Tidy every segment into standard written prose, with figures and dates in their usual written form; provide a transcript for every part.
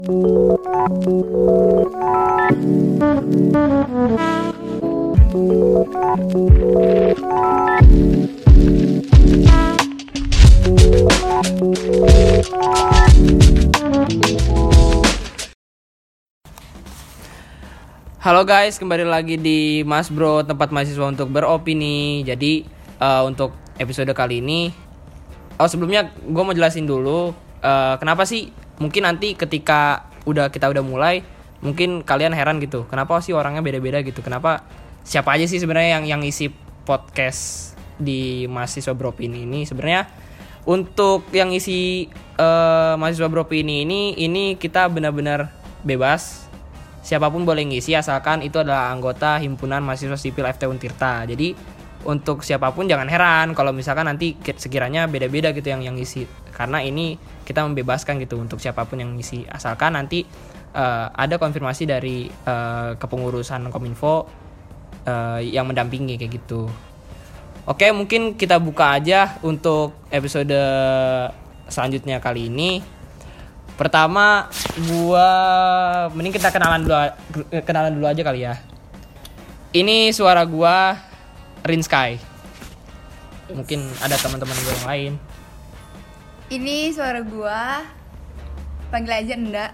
Halo guys, kembali lagi di Mas Bro, tempat mahasiswa untuk beropini. Jadi untuk episode kali ini, sebelumnya gue mau jelasin dulu kenapa sih mungkin nanti ketika kita udah mulai, mungkin kalian heran gitu, kenapa sih orangnya beda-beda gitu, kenapa siapa aja sih sebenarnya yang isi podcast di mahasiswa beropini ini. Sebenarnya untuk yang isi mahasiswa beropini ini kita benar-benar bebas. Siapapun boleh ngisi asalkan itu adalah anggota himpunan mahasiswa sipil FT Untirta. Jadi untuk siapapun jangan heran kalau misalkan nanti sekiranya beda-beda gitu yang ngisi, karena ini kita membebaskan gitu untuk siapapun yang ngisi asalkan nanti ada konfirmasi dari kepengurusan Kominfo yang mendampingi kayak gitu. Oke, mungkin kita buka aja untuk episode selanjutnya kali ini. Pertama, mending kita kenalan dulu aja kali ya. Ini suara gua Rinsky. Mungkin ada teman-teman gue yang lain. Ini suara gua, panggil aja Nda.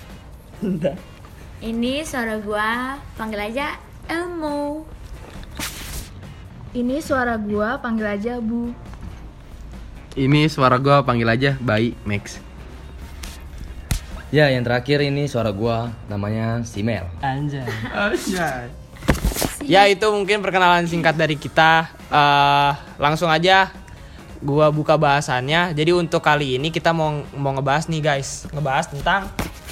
Ini suara gua, panggil aja Elmo. Ini suara gua, panggil aja Bu. Ini suara gua, panggil aja Bayi Max. Ya, yang terakhir ini suara gua, namanya Simel. Anjay. Ya, itu mungkin perkenalan singkat dari kita. Langsung aja gua buka bahasannya. Jadi untuk kali ini kita mau ngebahas nih guys, ngebahas tentang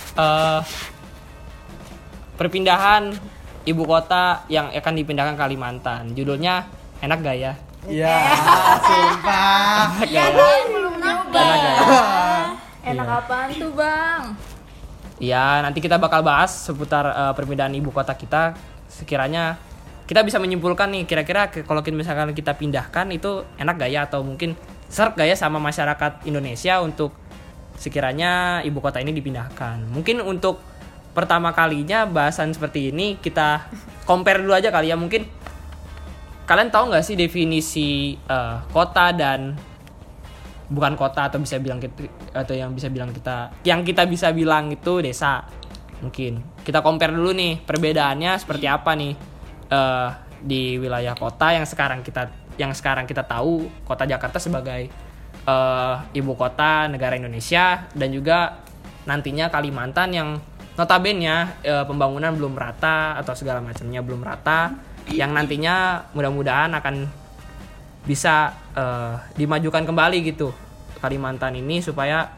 perpindahan ibu kota yang akan dipindahkan Kalimantan. Judulnya enak gak ya? Iya, sumpah. Enak gak ya? Belum nyoba. Enak gak ya? Enak apaan tuh Bang? Ya, nanti kita bakal bahas seputar perpindahan ibu kota kita. Sekiranya kita bisa menyimpulkan nih, kira-kira kalau misalkan kita pindahkan itu enak gak ya, atau mungkin serp gak ya sama masyarakat Indonesia untuk sekiranya ibu kota ini dipindahkan. Mungkin untuk pertama kalinya bahasan seperti ini kita compare dulu aja kali ya. Mungkin kalian tahu gak sih definisi kota dan bukan kota, atau bisa bilang yang kita bisa bilang itu desa. Mungkin kita compare dulu nih perbedaannya seperti apa nih di wilayah kota yang sekarang kita tahu kota Jakarta sebagai ibu kota negara Indonesia, dan juga nantinya Kalimantan yang notabene pembangunan belum rata atau segala macamnya belum rata, yang nantinya mudah-mudahan akan bisa dimajukan kembali gitu Kalimantan ini supaya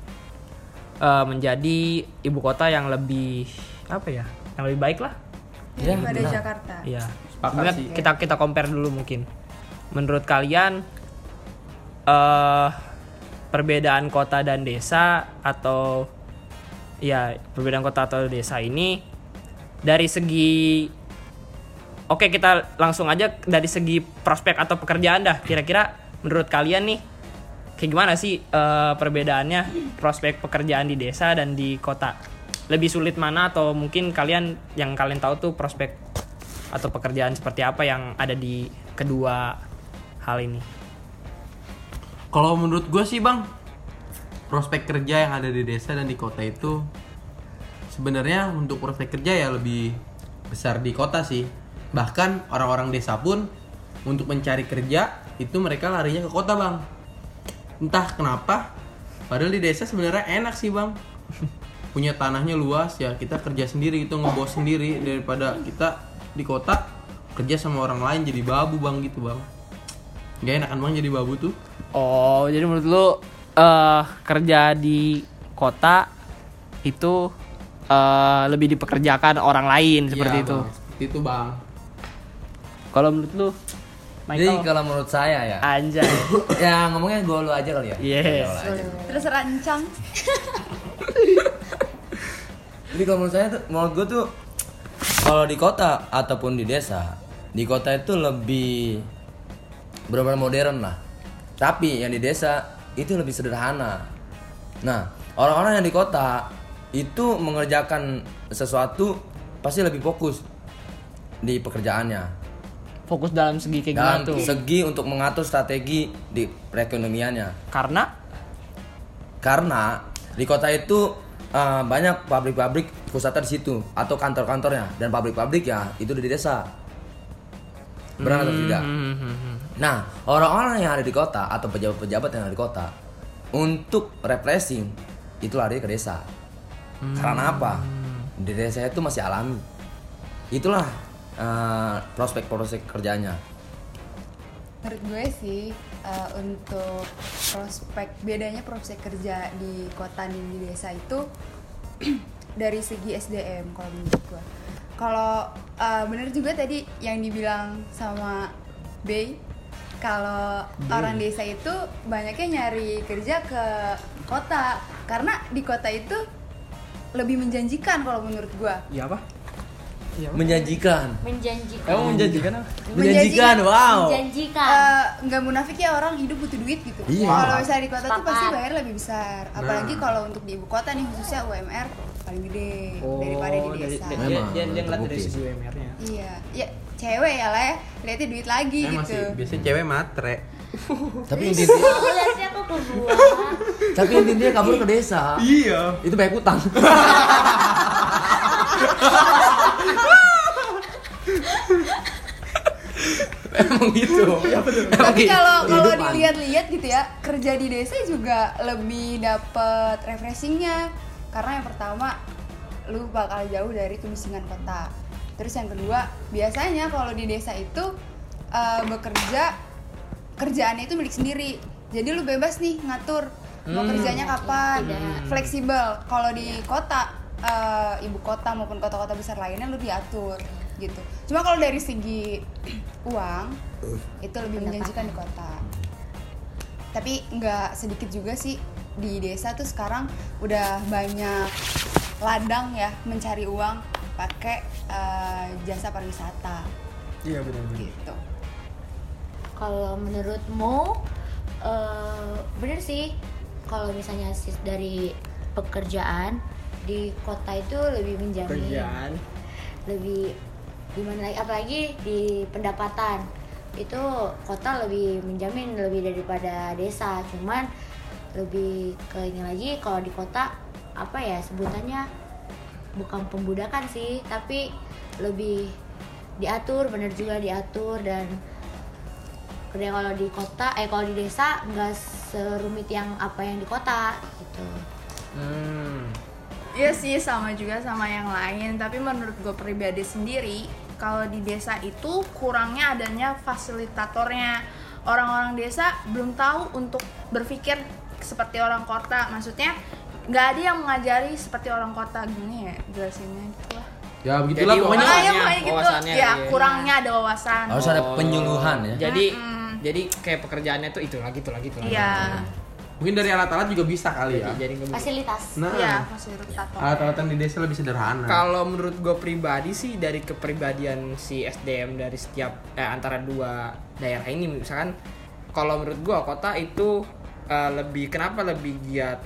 menjadi ibu kota yang lebih yang lebih baik lah daripada Jakarta. Iya. Kita compare dulu mungkin. Menurut kalian perbedaan kota dan desa perbedaan kota atau desa ini dari segi, oke, kita langsung aja dari segi prospek atau pekerjaan dah. Kira-kira menurut kalian nih kayak gimana sih perbedaannya prospek pekerjaan di desa dan di kota? Lebih sulit mana, atau mungkin kalian tahu tuh prospek atau pekerjaan seperti apa yang ada di kedua hal ini? Kalau menurut gue sih Bang, prospek kerja yang ada di desa dan di kota itu sebenarnya untuk prospek kerja ya lebih besar di kota sih. Bahkan orang-orang desa pun untuk mencari kerja itu mereka larinya ke kota Bang. Entah kenapa, padahal di desa sebenarnya enak sih Bang. Punya tanahnya luas, ya kita kerja sendiri, itu ngebos sendiri, daripada kita di kota kerja sama orang lain jadi babu Bang gitu Bang. Gak enakan Bang jadi babu tuh. Oh, jadi menurut lu kerja di kota itu lebih dipekerjakan orang lain seperti itu. Bang, seperti itu Bang. Kalau menurut lu, Michael? Jadi kalau menurut saya ya, Anjay. ya ngomongnya gue lu aja kali ya. Yes. Terus rancang. Jadi kalau menurut gue tuh kalau di kota ataupun di desa, di kota itu lebih benar-benar modern lah. Tapi yang di desa itu lebih sederhana. Nah, orang-orang yang di kota itu mengerjakan sesuatu pasti lebih fokus di pekerjaannya. Fokus dalam segi kayak Dalam gimana tuh? segi untuk mengatur strategi di perekonomiannya. Karena di kota itu banyak pabrik-pabrik pusatnya di situ atau kantor-kantornya, dan pabrik-pabrik ya itu di desa. Benar atau tidak? Nah, orang-orang yang ada di kota atau pejabat-pejabat yang ada di kota untuk refreshing itu lari ke desa. Karena apa? Di desa itu masih alami. Itulah prospek-prospek kerjanya. Menurut gue sih untuk bedanya prospek kerja di kota dan di desa itu dari segi SDM kalau menurut gue. Kalau bener juga tadi yang dibilang sama Bey, kalau orang desa itu banyaknya nyari kerja ke kota karena di kota itu lebih menjanjikan kalau menurut gue. Iya apa? Menjanjikan. Menjanjikan. Menjanjikan, wow. Menjanjikan. Nggak munafik ya, orang hidup butuh duit gitu. Iya. Kalau misalnya di kota tuh Sepakat. pasti bayar lebih besar. Apalagi kalau untuk di ibu kota nih khususnya UMR paling gede daripada di desa. Memang, Dia ngeliat dari terbukti. sisi UMR-nya. Iya, ya cewek ya lah ya, lihatnya duit lagi Emang gitu. sih biasanya cewek matre. Tapi intinya, Lihatnya kok ke gua. tapi intinya kabur ke desa. Iya. Itu banyak utang. Emang gitu. Ya betul. Tapi kalau Kehidupan. dilihat-lihat gitu ya, kerja di desa juga lebih dapet refreshingnya. Karena yang pertama, lu bakal jauh dari kemisingan kota. Terus yang kedua, biasanya kalau di desa itu kerjaannya itu milik sendiri. Jadi lu bebas nih ngatur mau kerjanya kapan, fleksibel. Kalau di kota, ibu kota maupun kota-kota besar lainnya lu diatur gitu. Cuma kalau dari segi uang itu lebih menjanjikan di kota. Tapi nggak sedikit juga sih di desa tuh sekarang udah banyak ladang ya mencari uang pakai jasa pariwisata Iya benar. gitu. Kalau menurutmu bener sih kalau misalnya dari pekerjaan di kota itu lebih menjamin, Kerjaan. lebih gimana lagi, apalagi di pendapatan itu kota lebih menjamin lebih daripada desa. Cuman lebih ke ini lagi, kalau di kota apa ya sebutannya, bukan pembudakan sih, tapi lebih diatur, bener juga diatur. Dan kerja kalau di kota kalau di desa nggak serumit yang apa yang di kota gitu. Iya sih, sama juga sama yang lain. Tapi menurut gue pribadi sendiri, kalau di desa itu kurangnya adanya fasilitatornya. Orang-orang desa belum tahu untuk berpikir seperti orang kota. Maksudnya nggak ada yang mengajari seperti orang kota. Gini ya jelasinnya gitu lah. Ya begitulah Jadi pokoknya. wawasannya, Gitu. wawasannya, Ya, iya. kurangnya ada wawasan. Harus ada penyuluhan ya. Jadi kayak pekerjaannya tuh itulah. Iya. Mungkin dari alat-alat juga bisa kali ya. Jadi nggak bisa. Fasilitas. Nah, Iya, fasilitator. alat-alatan di desa lebih sederhana. Kalau menurut gue pribadi sih dari kepribadian si SDM dari setiap antara dua daerah ini, misalkan kalau menurut gue kota itu kenapa lebih giat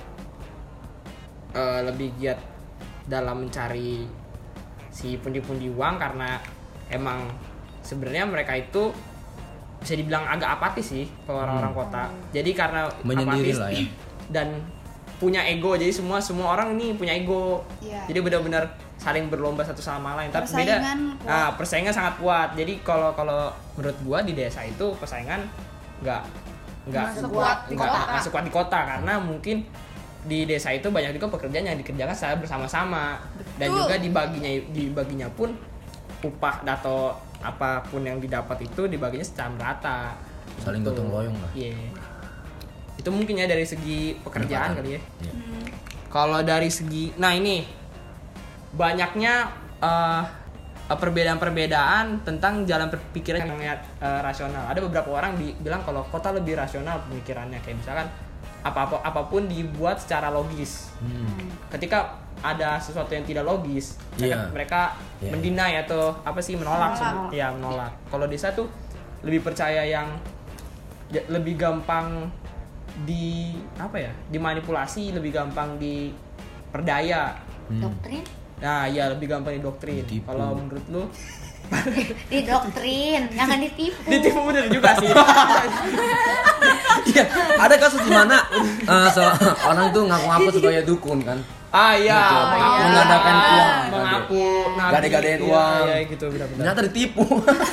dalam mencari si pundi-pundi uang, karena emang sebenarnya mereka itu bisa dibilang agak apatis sih kalau orang-orang kota. Jadi karena Menyendiri apatis lah ya. dan punya ego, jadi semua orang ini punya ego. Iya. Jadi benar-benar saling berlomba satu sama lain. Tapi Persaingan kuat. persaingan sangat kuat. Jadi kalau menurut gua di desa itu persaingan nggak sekuat di kota. nggak sekuat di kota, karena mungkin di desa itu banyak juga pekerjaan yang dikerjakan secara bersama-sama. Dan juga dibaginya pun upah atau apapun yang didapat itu dibaginya secara merata. Saling Gitu. gotong royong lah. Iya. Itu mungkin ya dari segi pekerjaan kali ya. Iya. Kalau dari segi, nah ini banyaknya perbedaan-perbedaan tentang jalan berpikiran yang rasional. Ada beberapa orang bilang kalau kota lebih rasional pemikirannya, kayak misalkan apapun dibuat secara logis. Ketika ada sesuatu yang tidak logis, Iya. mereka Iya. mendinai atau menolak. Ya menolak. Kalau desa tuh lebih percaya yang lebih gampang dimanipulasi, lebih gampang diperdaya. Doktrin? Nah, ya lebih gampang didoktrin. Ditipu. Kalau menurut lu Didoktrin, jangan ditipu. ditipu bener juga sih. Iya, ada kasus di mana orang tuh ngaku-ngaku sebagai dukun kan. Ah iya, Mengadakan uang. mengaku, Gade-gadein iya, uang. Iya, gitu benar-benar. Ternyata ditipu.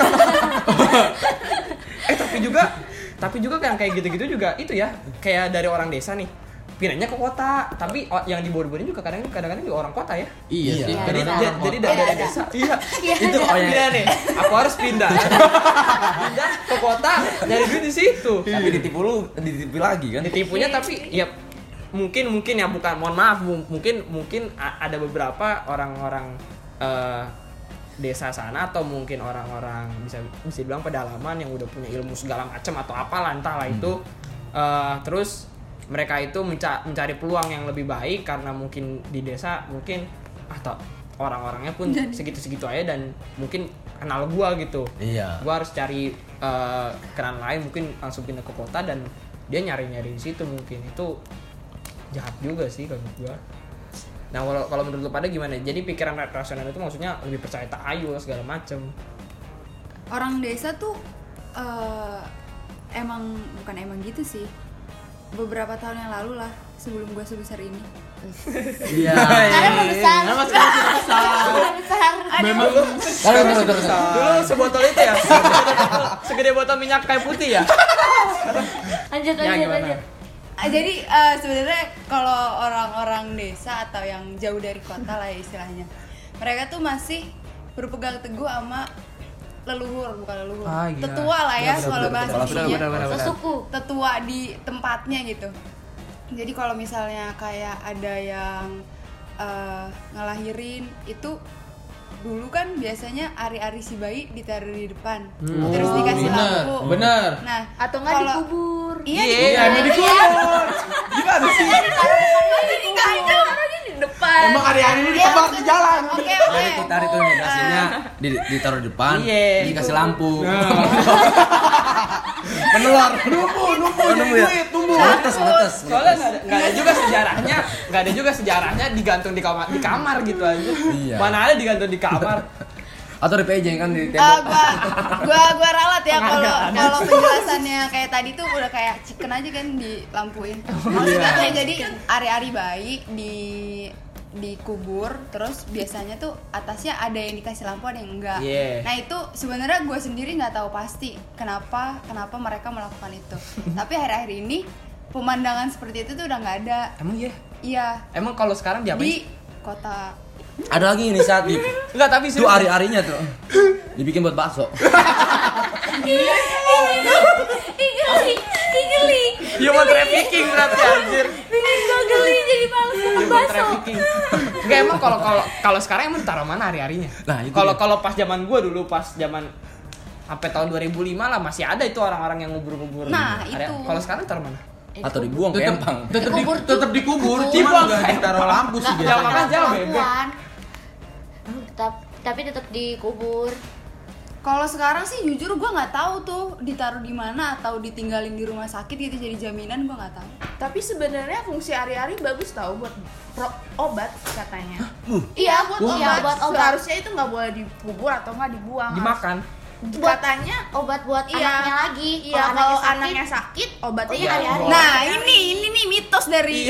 Tapi juga kan kayak gitu-gitu juga itu ya, kayak dari orang desa nih pindahnya ke kota, tapi yang dibodoh-bodohin juga kadang-kadang juga orang kota ya. Iya sih. Jadi kadang-kadang jadi orang dari Ada. desa. Iya. Itu orang Pindah nih. Aku harus pindah. Pindah ke kota, nyari duit di situ. tapi ditipu lagi kan. Ditipunya tapi ya mungkin ya bukan, mohon maaf, mungkin ada beberapa orang-orang desa sana atau mungkin orang-orang bisa bilang pedalaman yang udah punya ilmu segala macam atau apalah entahlah itu, terus mereka itu mencari peluang yang lebih baik karena mungkin di desa mungkin atau orang-orangnya pun segitu-segitu aja dan mungkin kenal gua gitu. Iya. Gua harus cari kenalan lain, mungkin langsung pindah ke kota dan dia nyari-nyari di situ, mungkin itu jahat juga sih kalau menurut gua. Nah, kalau menurut lu pada gimana? Jadi pikiran rasional itu maksudnya lebih percaya tahayul segala macem. Orang desa tuh bukan emang gitu sih. Beberapa tahun yang lalu lah, sebelum gue sebesar ini. Iya. Karena membesar. Karena masih besar. Besar. Memang Dulu sebotol itu ya, segede botol minyak kayu putih ya. Lanjut. Gimana? Jadi sebenarnya kalau orang-orang desa atau yang jauh dari kota lah ya istilahnya, mereka tuh masih berpegang teguh sama leluhur, bukan leluhur, Ah, iya. tetua lah ya kalau bahasa sininya, Benar. Sesuku. tetua di tempatnya gitu. Jadi kalau misalnya kayak ada yang ngelahirin itu dulu kan biasanya ari-ari si bayi ditaruh di depan, terus dikasih lampu. Bener. Nah, Atau nggak kalau- dikubur. Iya, Iya, dikubur. dikubur. Gimana sih? Taruhnya di depan. Emang hari-hari ini ditebak di jalan. Oke. Dari kita itu nasinya ditaruh di depan, Iya. dikasih lampu. Penelor. Nunggu ya. Netes. Soalnya nggak ada juga sejarahnya digantung di kamar gitu aja. Iya. Mana ada digantung di kamar. Atau di PJ kan di tembok. Gua ralat ya Nggak kalau ada. kalau penjelasannya kayak tadi tuh udah kayak chicken aja kan dilampuin. Maksudnya kayak jadi ari-ari bayi dikubur, terus biasanya tuh atasnya ada yang dikasih lampu, ada yang enggak. Iya. Nah itu sebenarnya gue sendiri nggak tahu pasti kenapa mereka melakukan itu. Tapi akhir-akhir ini pemandangan seperti itu tuh udah nggak ada. Emang iya? Iya, Emang kalau sekarang diapain di sih? kota. Ada lagi ini saat Enggak, tapi itu ari-arinya tuh dibikin buat bakso. Geli. Human trafficking berarti anjir. Bikin gue geli jadi males makan Human bakso. trafficking. Enggak, emang kalau sekarang emang taruh mana hari-harinya? Nah, itu Kalau pas zaman gua dulu, pas zaman sampai tahun 2005 lah masih ada itu orang-orang yang ngubur-ngubur. Nah, area. itu. Kalau sekarang taruh mana? Atau dibuang ke empang. Tetap dikubur, Dibuang cuma ke nggak ditaruh lampu sih Jangan biasanya. makan jauh, bebek. Lampuan. Tapi tetap dikubur. Kalau sekarang sih jujur gue nggak tahu tuh ditaruh di mana atau ditinggalin di rumah sakit gitu jadi jaminan, gue nggak tahu. Tapi sebenarnya fungsi ari-ari bagus tau buat obat katanya. Iya, buat obat. Seharusnya itu nggak boleh dikubur atau nggak dibuang. Dimakan. Katanya Obat buat iya, anaknya lagi. Iya, kalau sakit, anaknya sakit, obatnya Iya, hari-hari. Nah ini nih mitos dari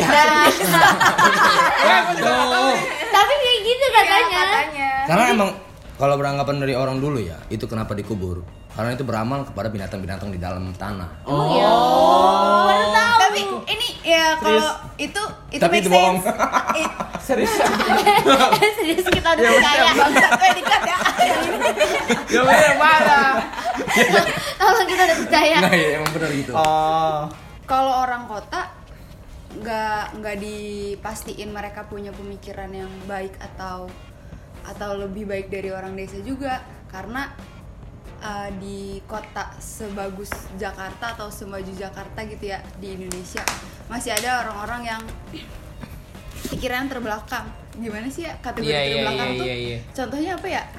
tapi kayak gitu katanya. katanya. Karena emang kalau beranggapan dari orang dulu ya, itu kenapa dikubur? Karena itu beramal kepada binatang-binatang di dalam tanah. Baru tahu. Tapi ini ya kalau itu Tapi make itu bohong. sense. Serius. Serius kita udah percaya. Bangsat, dikat ya. Ya bener mana? Tolong kita udah percaya. Nah, iya, emang benar gitu. Oh. Kalau orang kota nggak dipastiin mereka punya pemikiran yang baik atau lebih baik dari orang desa juga, karena di kota sebagus Jakarta atau semaju Jakarta gitu ya di Indonesia masih ada orang-orang yang pikiran terbelakang. Gimana sih ya kategori terbelakang tuh? Iya. Contohnya apa ya?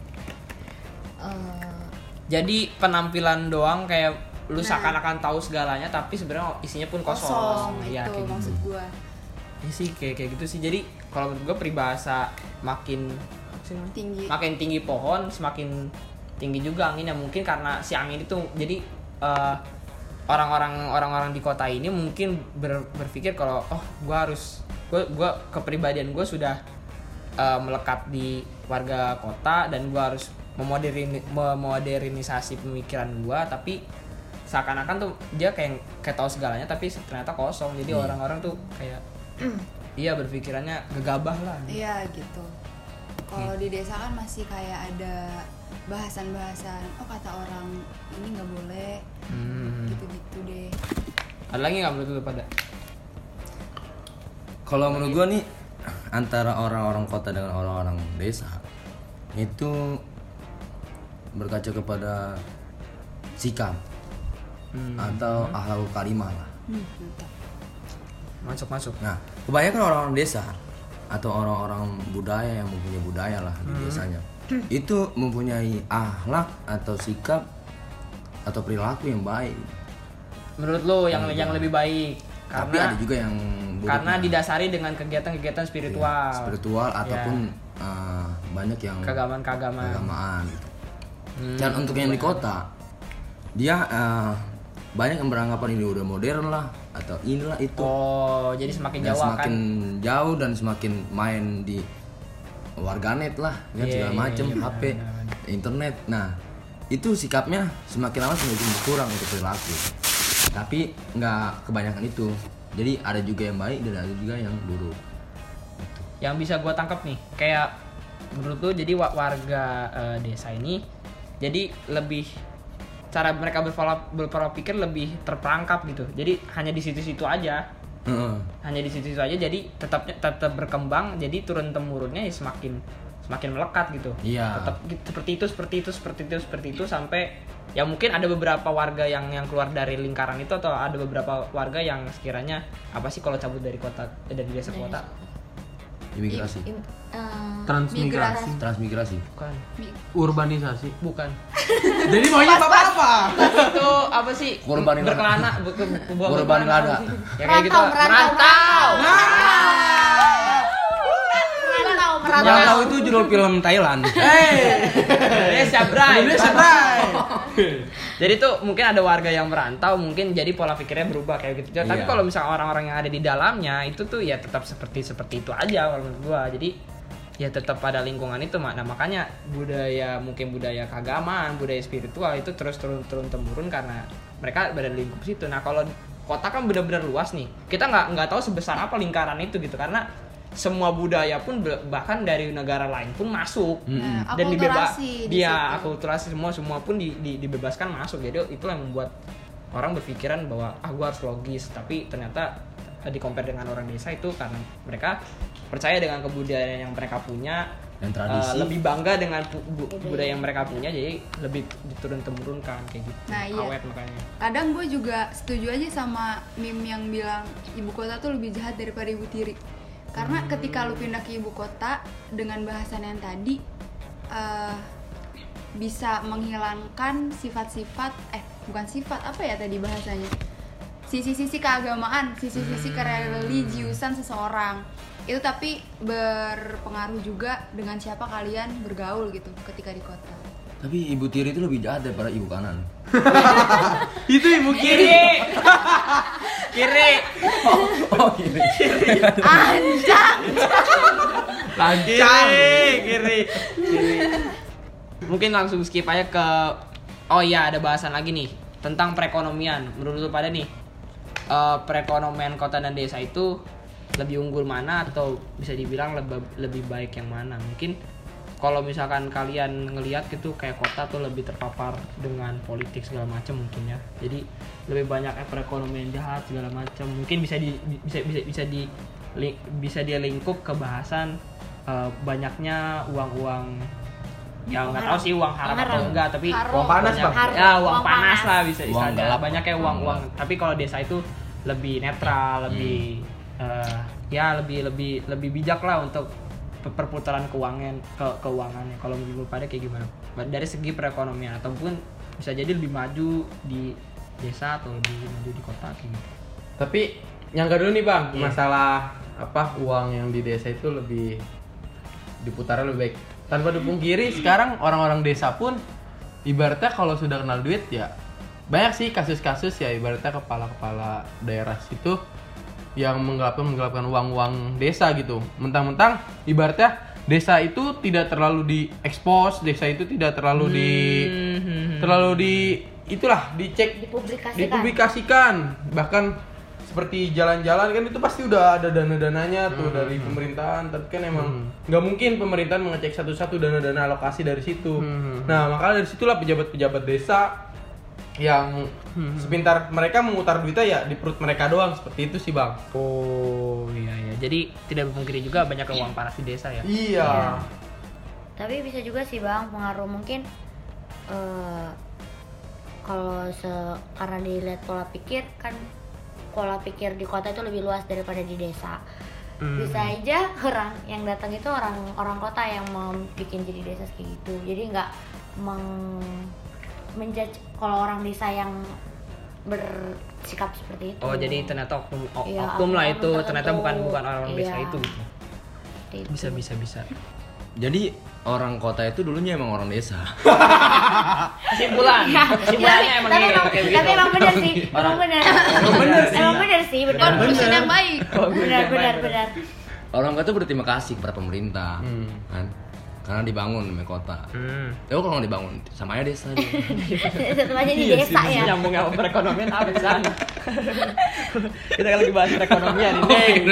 Jadi penampilan doang kayak lu Nah. seakan-akan tahu segalanya tapi sebenarnya isinya pun kosong. Itu Ya, kayak maksud gitu. gua. Ya sih kayak gitu sih. Jadi kalau menurut gue peribahasa makin Tinggi. makin tinggi pohon semakin tinggi juga anginnya. Mungkin karena si angin itu jadi orang-orang di kota ini mungkin berpikir kalau gue kepribadian gue sudah melekat di warga kota dan gue harus memodernisasi pemikiran gue, tapi seakan-akan tuh dia kayak tahu segalanya tapi ternyata kosong. Jadi orang-orang tuh kayak iya berpikirannya gegabah lah. Iya gitu. Kalau di desa kan masih kayak ada bahasan-bahasan, oh kata orang ini nggak boleh, gitu-gitu deh. Ada lagi nggak menurut lu pada? Kalau menurut gua nih antara orang-orang kota dengan orang-orang desa itu berkaca kepada sikap atau akhlakul karimah lah. Masuk. Nah, kebanyakan orang-orang desa atau orang-orang budaya yang mempunyai budaya lah di desanya itu mempunyai akhlak atau sikap atau perilaku yang baik. Menurut lu yang lebih baik Tapi karena ada juga yang buruk. karena didasari dengan kegiatan-kegiatan spiritual. Spiritual ataupun banyak yang keagamaan gitu. Dan untuk yang di kota dia banyak yang beranggapan ini udah modern lah atau inilah itu. Oh, jadi semakin Dan jauh semakin kan. jauh dan semakin main di warganet lah ya, segala macem, HP, internet. Nah itu sikapnya semakin lama semakin berkurang untuk perilaku. Tapi nggak kebanyakan itu. Jadi ada juga yang baik dan ada juga yang buruk. Yang bisa gua tangkap nih, kayak menurut lu jadi warga desa ini jadi lebih cara mereka berpola pikir lebih terperangkap gitu. Jadi hanya di situ-situ aja. Hanya di situ-situ aja, jadi tetap berkembang, jadi turun temurunnya ya semakin melekat gitu. Iya. Tetap seperti itu sampai ya mungkin ada beberapa warga yang keluar dari lingkaran itu, atau ada beberapa warga yang sekiranya apa sih kalau cabut dari desa ke kota? Imigrasi, Transmigrasi, Bukan. urbanisasi. Bukan. Jadi maunya apa? Itu apa sih? Korban yang berkelana, korban nggak ada. Ya kayak gitu. Merantau. Yang tahu itu judul film Thailand. Indonesia Bray. Jadi tuh mungkin ada warga yang merantau, mungkin jadi pola pikirnya berubah kayak gitu. Tapi Iya. kalau misalnya orang-orang yang ada di dalamnya itu tuh ya tetap seperti itu aja kalau menurut gua. Jadi ya tetap pada lingkungan itu. Nah makanya budaya keagamaan, budaya spiritual itu terus turun temurun karena mereka berada di lingkup situ. Nah kalau kota kan benar-benar luas nih, kita nggak tahu sebesar apa lingkaran itu gitu, karena semua budaya pun bahkan dari negara lain pun masuk dan akulturasi semua pun dibebaskan masuk. Jadi itulah yang membuat orang berpikiran bahwa gua harus logis, tapi ternyata di compare dengan orang desa itu karena mereka percaya dengan kebudayaan yang mereka punya Dan tradisi. lebih bangga dengan budaya yang mereka punya, jadi lebih diturun temurunkan kayak gitu. Nah, iya. Awet makanya. Kadang gue juga setuju aja sama meme yang bilang ibu kota tuh lebih jahat daripada ibu tiri. Karena ketika lu pindah ke ibu kota dengan bahasan yang tadi bisa menghilangkan sifat-sifat apa ya tadi bahasanya, sisi-sisi keagamaan, sisi-sisi kereligiusan seseorang itu, tapi berpengaruh juga dengan siapa kalian bergaul gitu ketika di kota. Tapi ibu tiri itu lebih jahat daripada ibu kanan. Itu ibu kiri. Kiri. Oh gini. Anjang. Lancang. Kiri. Mungkin langsung skip aja ke ada bahasan lagi nih tentang perekonomian. Menurut lu pada nih perekonomian kota dan desa itu lebih unggul mana, atau bisa dibilang lebih baik yang mana? Mungkin kalau misalkan kalian ngelihat gitu kayak kota tuh lebih terpapar dengan politik segala macam mungkin ya. Jadi lebih banyak perekonomian jahat segala macam. Mungkin bisa dia lingkup ke bahasan banyaknya uang ya nggak tahu sih uang haram atau enggak, tapi Uang panas, Bang. Ya uang panas lah bisa Uang gelap. banyaknya uang. Tapi kalau desa itu lebih netral, lebih lebih bijak lah untuk perputaran keuangannya. Kalau menurut pada kayak gimana dari segi perekonomian, ataupun bisa jadi lebih maju di desa atau lebih maju di kota kayak gitu. Tapi yang kedua nih Bang, masalah uang yang di desa itu lebih diputar lebih baik. Tanpa dipungkiri sekarang orang-orang desa pun ibaratnya kalau sudah kenal duit ya banyak sih kasus-kasus ya, ibaratnya kepala-kepala daerah situ yang menggelapkan uang-uang desa gitu. Mentang-mentang ibaratnya desa itu tidak terlalu diekspos, desa itu tidak terlalu dicek, dipublikasikan. Bahkan seperti jalan-jalan kan itu pasti udah ada dana-dananya tuh dari pemerintahan, tapi kan emang nggak mungkin pemerintahan mengecek satu-satu dana-dana alokasi dari situ. Nah, makanya dari situlah pejabat-pejabat desa yang sepintar mereka memutar duitnya ya di perut mereka doang, seperti itu sih Bang. Oh iya ya. Jadi tidak memungkiri juga banyak uang panas di desa ya. Iya. Tapi bisa juga sih Bang pengaruh mungkin karena dilihat pola pikir di kota itu lebih luas daripada di desa. Bisa aja orang yang datang itu orang kota yang mau bikin jadi desa kayak gitu. Jadi nggak menjudge kalau orang desa yang bersikap seperti itu. Oh jadi ternyata Iya, oknum lah itu, oknum ternyata tertentu. bukan orang desa Iya. itu. Seperti itu. Bisa. Jadi orang kota itu dulunya emang orang desa. Kesimpulannya emang tapi gitu, emang, kayak tapi gitu. emang benar sih, emang benar sih, benar. Conclusion yang baik. Benar. Orang kota berterima kasih kepada pemerintah, kan? Karena dibangun namanya kota. Ya kalau nggak dibangun, sama aja desa aja. Tetap aja di desa ya. Nyambung sama perekonomian apa di sana? Kita kan lagi bahas perekonomian ini.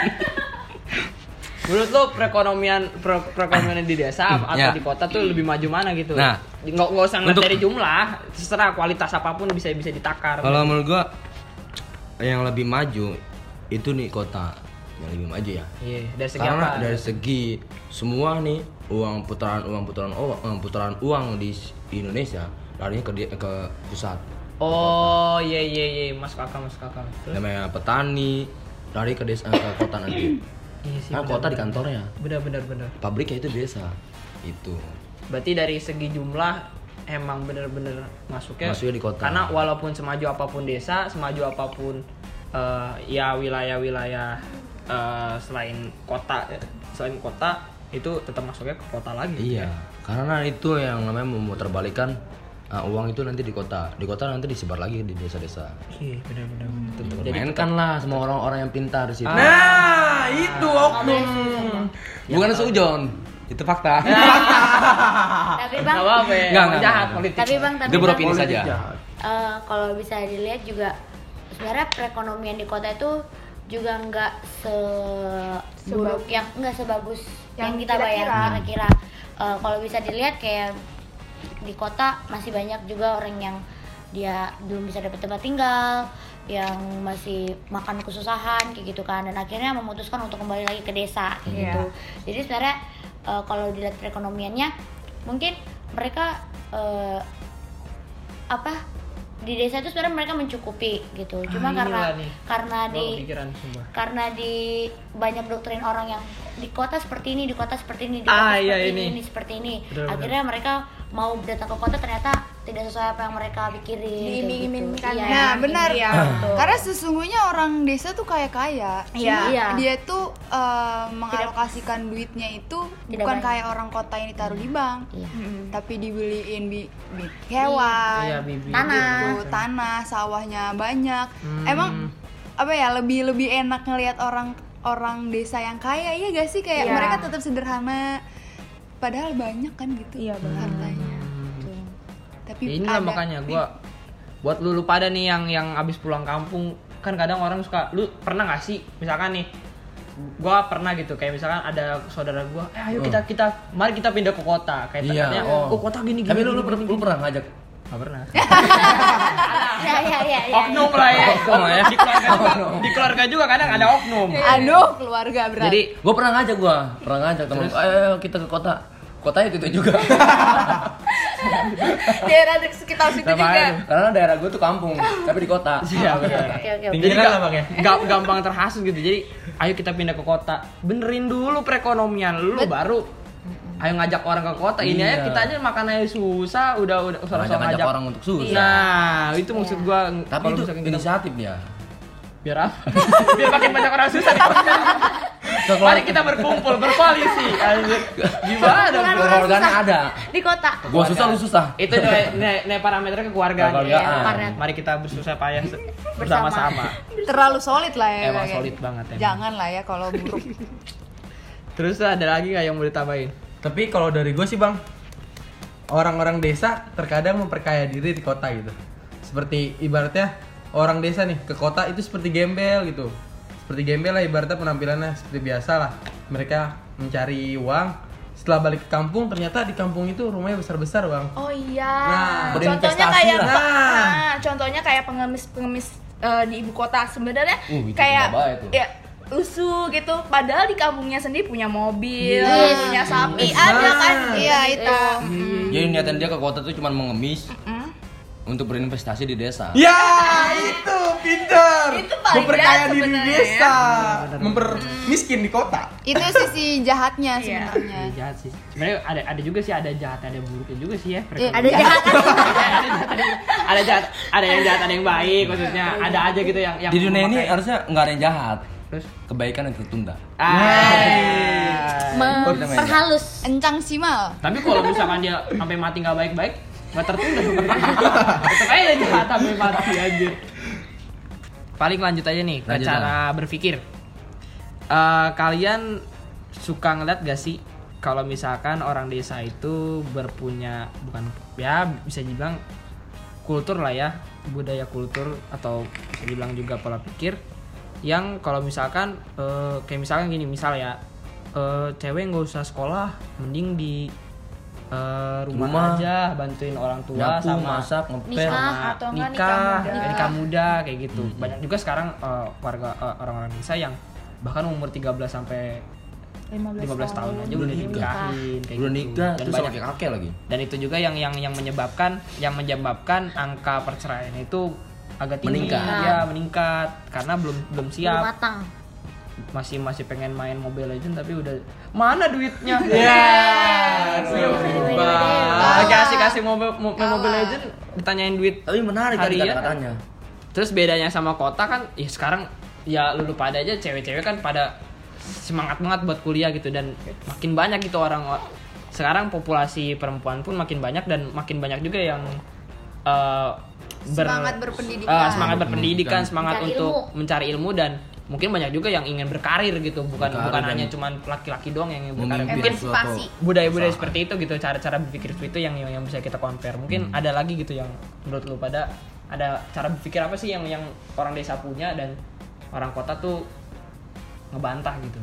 Menurut lo perekonomian di desa atau Ya. di kota tuh lebih maju mana gitu? Nah, nggak usah ngeliat untuk- dari jumlah, terserah kualitas apapun bisa ditakar. Kalau menurut gua yang lebih maju itu nih kota yang lebih maju ya. Iya, dari segi Karena apa? dari segi semua nih putaran uang di Indonesia larinya ke pusat. Oh iya masuk akal. Terus? Namanya petani lari ke desa ke kota nanti. Iya sih. Nah, kota di kantornya. Benar. Pabriknya itu desa. Itu. Berarti dari segi jumlah emang bener-bener masuknya Masuknya di kota. Karena walaupun semaju apapun desa, semaju apapun ya wilayah-wilayah selain kota itu tetap masuknya ke kota lagi. Iya. Karena itu yang namanya memutarbalikkan uang itu nanti di kota. Di kota nanti disebar lagi di desa-desa. Iya, benar. Mainkan lah semua orang-orang yang pintar di situ. Nah, itu oknum. Bukan seujon. Itu fakta. Tapi Bang, Gak apa-apa ya, Nggak, emang jahat politik. tapi Bang, Itu beropini Bang, saja. kalau bisa dilihat juga sebenarnya perekonomian di kota itu juga nggak seburuk yang nggak sebagus yang kita bayangkan kira-kira. Kalau bisa dilihat kayak di kota masih banyak juga orang yang dia belum bisa dapat tempat tinggal, yang masih makan kesusahan kayak gitu kan, dan akhirnya memutuskan untuk kembali lagi ke desa kayak gitu. Jadi sebenarnya kalau dilihat perekonomiannya mungkin mereka di desa itu sebenarnya mereka mencukupi gitu. Cuma inilah nih. karena Gua kepikiran, sumpah. karena di banyak doktrin orang yang di kota seperti ini, di kota seperti ini, di Ah, kota iya, seperti ini. ini seperti ini. Benar. Akhirnya mereka mau datang ke kota ternyata tidak sesuai apa yang mereka pikirin. kayak Diiming-imingkan. gitu. Nah, benar. Iya, betul. Karena sesungguhnya orang desa tuh kaya. Iya. Cuma Iya. dia tuh mengalokasikan duitnya itu Tidak bukan banyak. kayak orang kota yang ditaruh di bank, Iya. tapi dibeliin hewan, Iya, bibi. Tanah. gitu, tanah, sawahnya banyak. Emang apa ya, lebih enak ngelihat orang desa yang kaya, iya gak sih, kayak Iya. mereka tetap sederhana padahal banyak kan gitu Iya, benar. hartanya. Tapi Ya inilah ada- makanya buat lu pada nih yang abis pulang kampung, kan kadang orang suka, lu pernah gak sih misalkan nih, gua pernah gitu, kayak misalkan ada saudara gua, ayo mari kita pindah ke kota, kayak Iya. ternyata oh kota gini. Tapi lu pernah ngajak? Gak pernah. Ya. Oknum lah ya. Oknum ya. Di keluarga juga kadang ada oknum. Aduh, keluarga berat. Jadi Gua pernah ngajak temen. Ayo kita ke kota. Kotanya itu juga. Daerah di sekitar situ Sama juga. aja. Karena daerah gua tuh kampung, tapi di kota. Iya benar. Oke. Jadi lah Bang ya. gampang terhasut gitu. Jadi ayo kita pindah ke kota. Benerin dulu perekonomian lu baru ayo ngajak orang ke kota. Ini Iya. aja kita aja makan aja susah, udah usah Ngajak orang untuk susah. Nah, itu maksud gua Tapi kalau itu misalkan kita- inisiatif dia. Biar apa? Biar makin banyak orang susah di kota. Mari kita berkumpul, berkoalisi. Anjir. Gimana dong? Keluarganya ada. Di kota. Gua susah lu susah. Itu nilai parameternya kekeluargaan. Kekeluargaan. Mari kita bersusah payah bersama-sama. Terlalu solid lah ya. Emang kayak. solid banget emang. Jangan lah ya kalau buruk. Terus ada lagi nggak yang mau ditambahin? Tapi kalau dari gue sih bang, orang-orang desa terkadang memperkaya diri di kota gitu. Seperti ibaratnya orang desa nih ke kota itu seperti gembel gitu. Seperti gembel lah ibaratnya penampilannya seperti biasa lah. Mereka mencari uang. Setelah balik ke kampung ternyata di kampung itu rumahnya besar-besar bang. Oh iya. Nah, contohnya berinvestasi kayak lah. contohnya kayak pengemis-pengemis di ibu kota sebenarnya Itu kayak juga baik tuh. ya lusuh gitu. Padahal di kampungnya sendiri punya mobil, Yes. punya sapi, ada kan? Iya itu. Jadi niatan dia ke kota tuh cuma mengemis untuk berinvestasi di desa. Ya itu pinter. Itu paling memperkaya jahat diri di sebenarnya. desa, mempermiskin di kota. Itu sisi jahatnya Iya. sebenarnya. Iya, jahat sih. Sebenarnya ada juga sih, ada jahat ada buruknya juga sih ya. Ada jahat. Ada jahat, ada yang jahat, ada yang baik maksudnya. Ada aja gitu yang Di dunia ini memakai- harusnya nggak ada yang jahat. terus Kebaikan yang tertunda. Memperhalus. Encang simal. tapi kalau misalkan dia sampai mati nggak baik-baik, nggak tertunda. Tetap aja jahat sampai mati anjir. Paling lanjut aja nih ke Lanjut cara berpikir. Kalian suka ngeliat gak sih kalau misalkan orang desa itu berpunya, bukan ya bisa dibilang kultur lah ya, budaya kultur atau bisa dibilang juga pola pikir yang kalau misalkan kayak misalkan gini, misal ya cewek nggak usah sekolah, mending di rumah aja bantuin orang tua Nyapu, sama masak, ngepel. Nikah. sama atau enggak nikah muda kayak gitu. Banyak juga sekarang warga orang-orang desa yang bahkan umur 13 sampai 15 tahun aja udah dinikahin kayak Udah gitu. nikah Dan terus banyak, sama kakek lagi. dan itu juga yang menyebabkan angka perceraian itu agak tinggi, Meningkat. ya meningkat karena belum Belum siap, matang. masih pengen main Mobile Legends tapi udah mana duitnya lagi kasih Mobile Legends ditanyain duit Tapi menarik tadi harian. kata-katanya. Terus bedanya sama kota kan, ya sekarang ya lu pada aja cewek-cewek kan pada semangat banget buat kuliah gitu, dan makin banyak gitu orang sekarang populasi perempuan pun makin banyak dan makin banyak juga yang Semangat berpendidikan. semangat berpendidikan, semangat Mencari untuk ilmu. mencari ilmu, dan mungkin banyak juga yang ingin berkarir gitu, bukan Berkarir dan hanya cuman laki-laki doang yang ingin berkarir. memimpin Mungkin Emansipasi. budaya-budaya seperti itu gitu, cara-cara berpikir seperti itu yang bisa kita compare. Mungkin ada lagi gitu yang menurut lu pada ada cara berpikir apa sih yang orang desa punya dan orang kota tuh ngebantah gitu.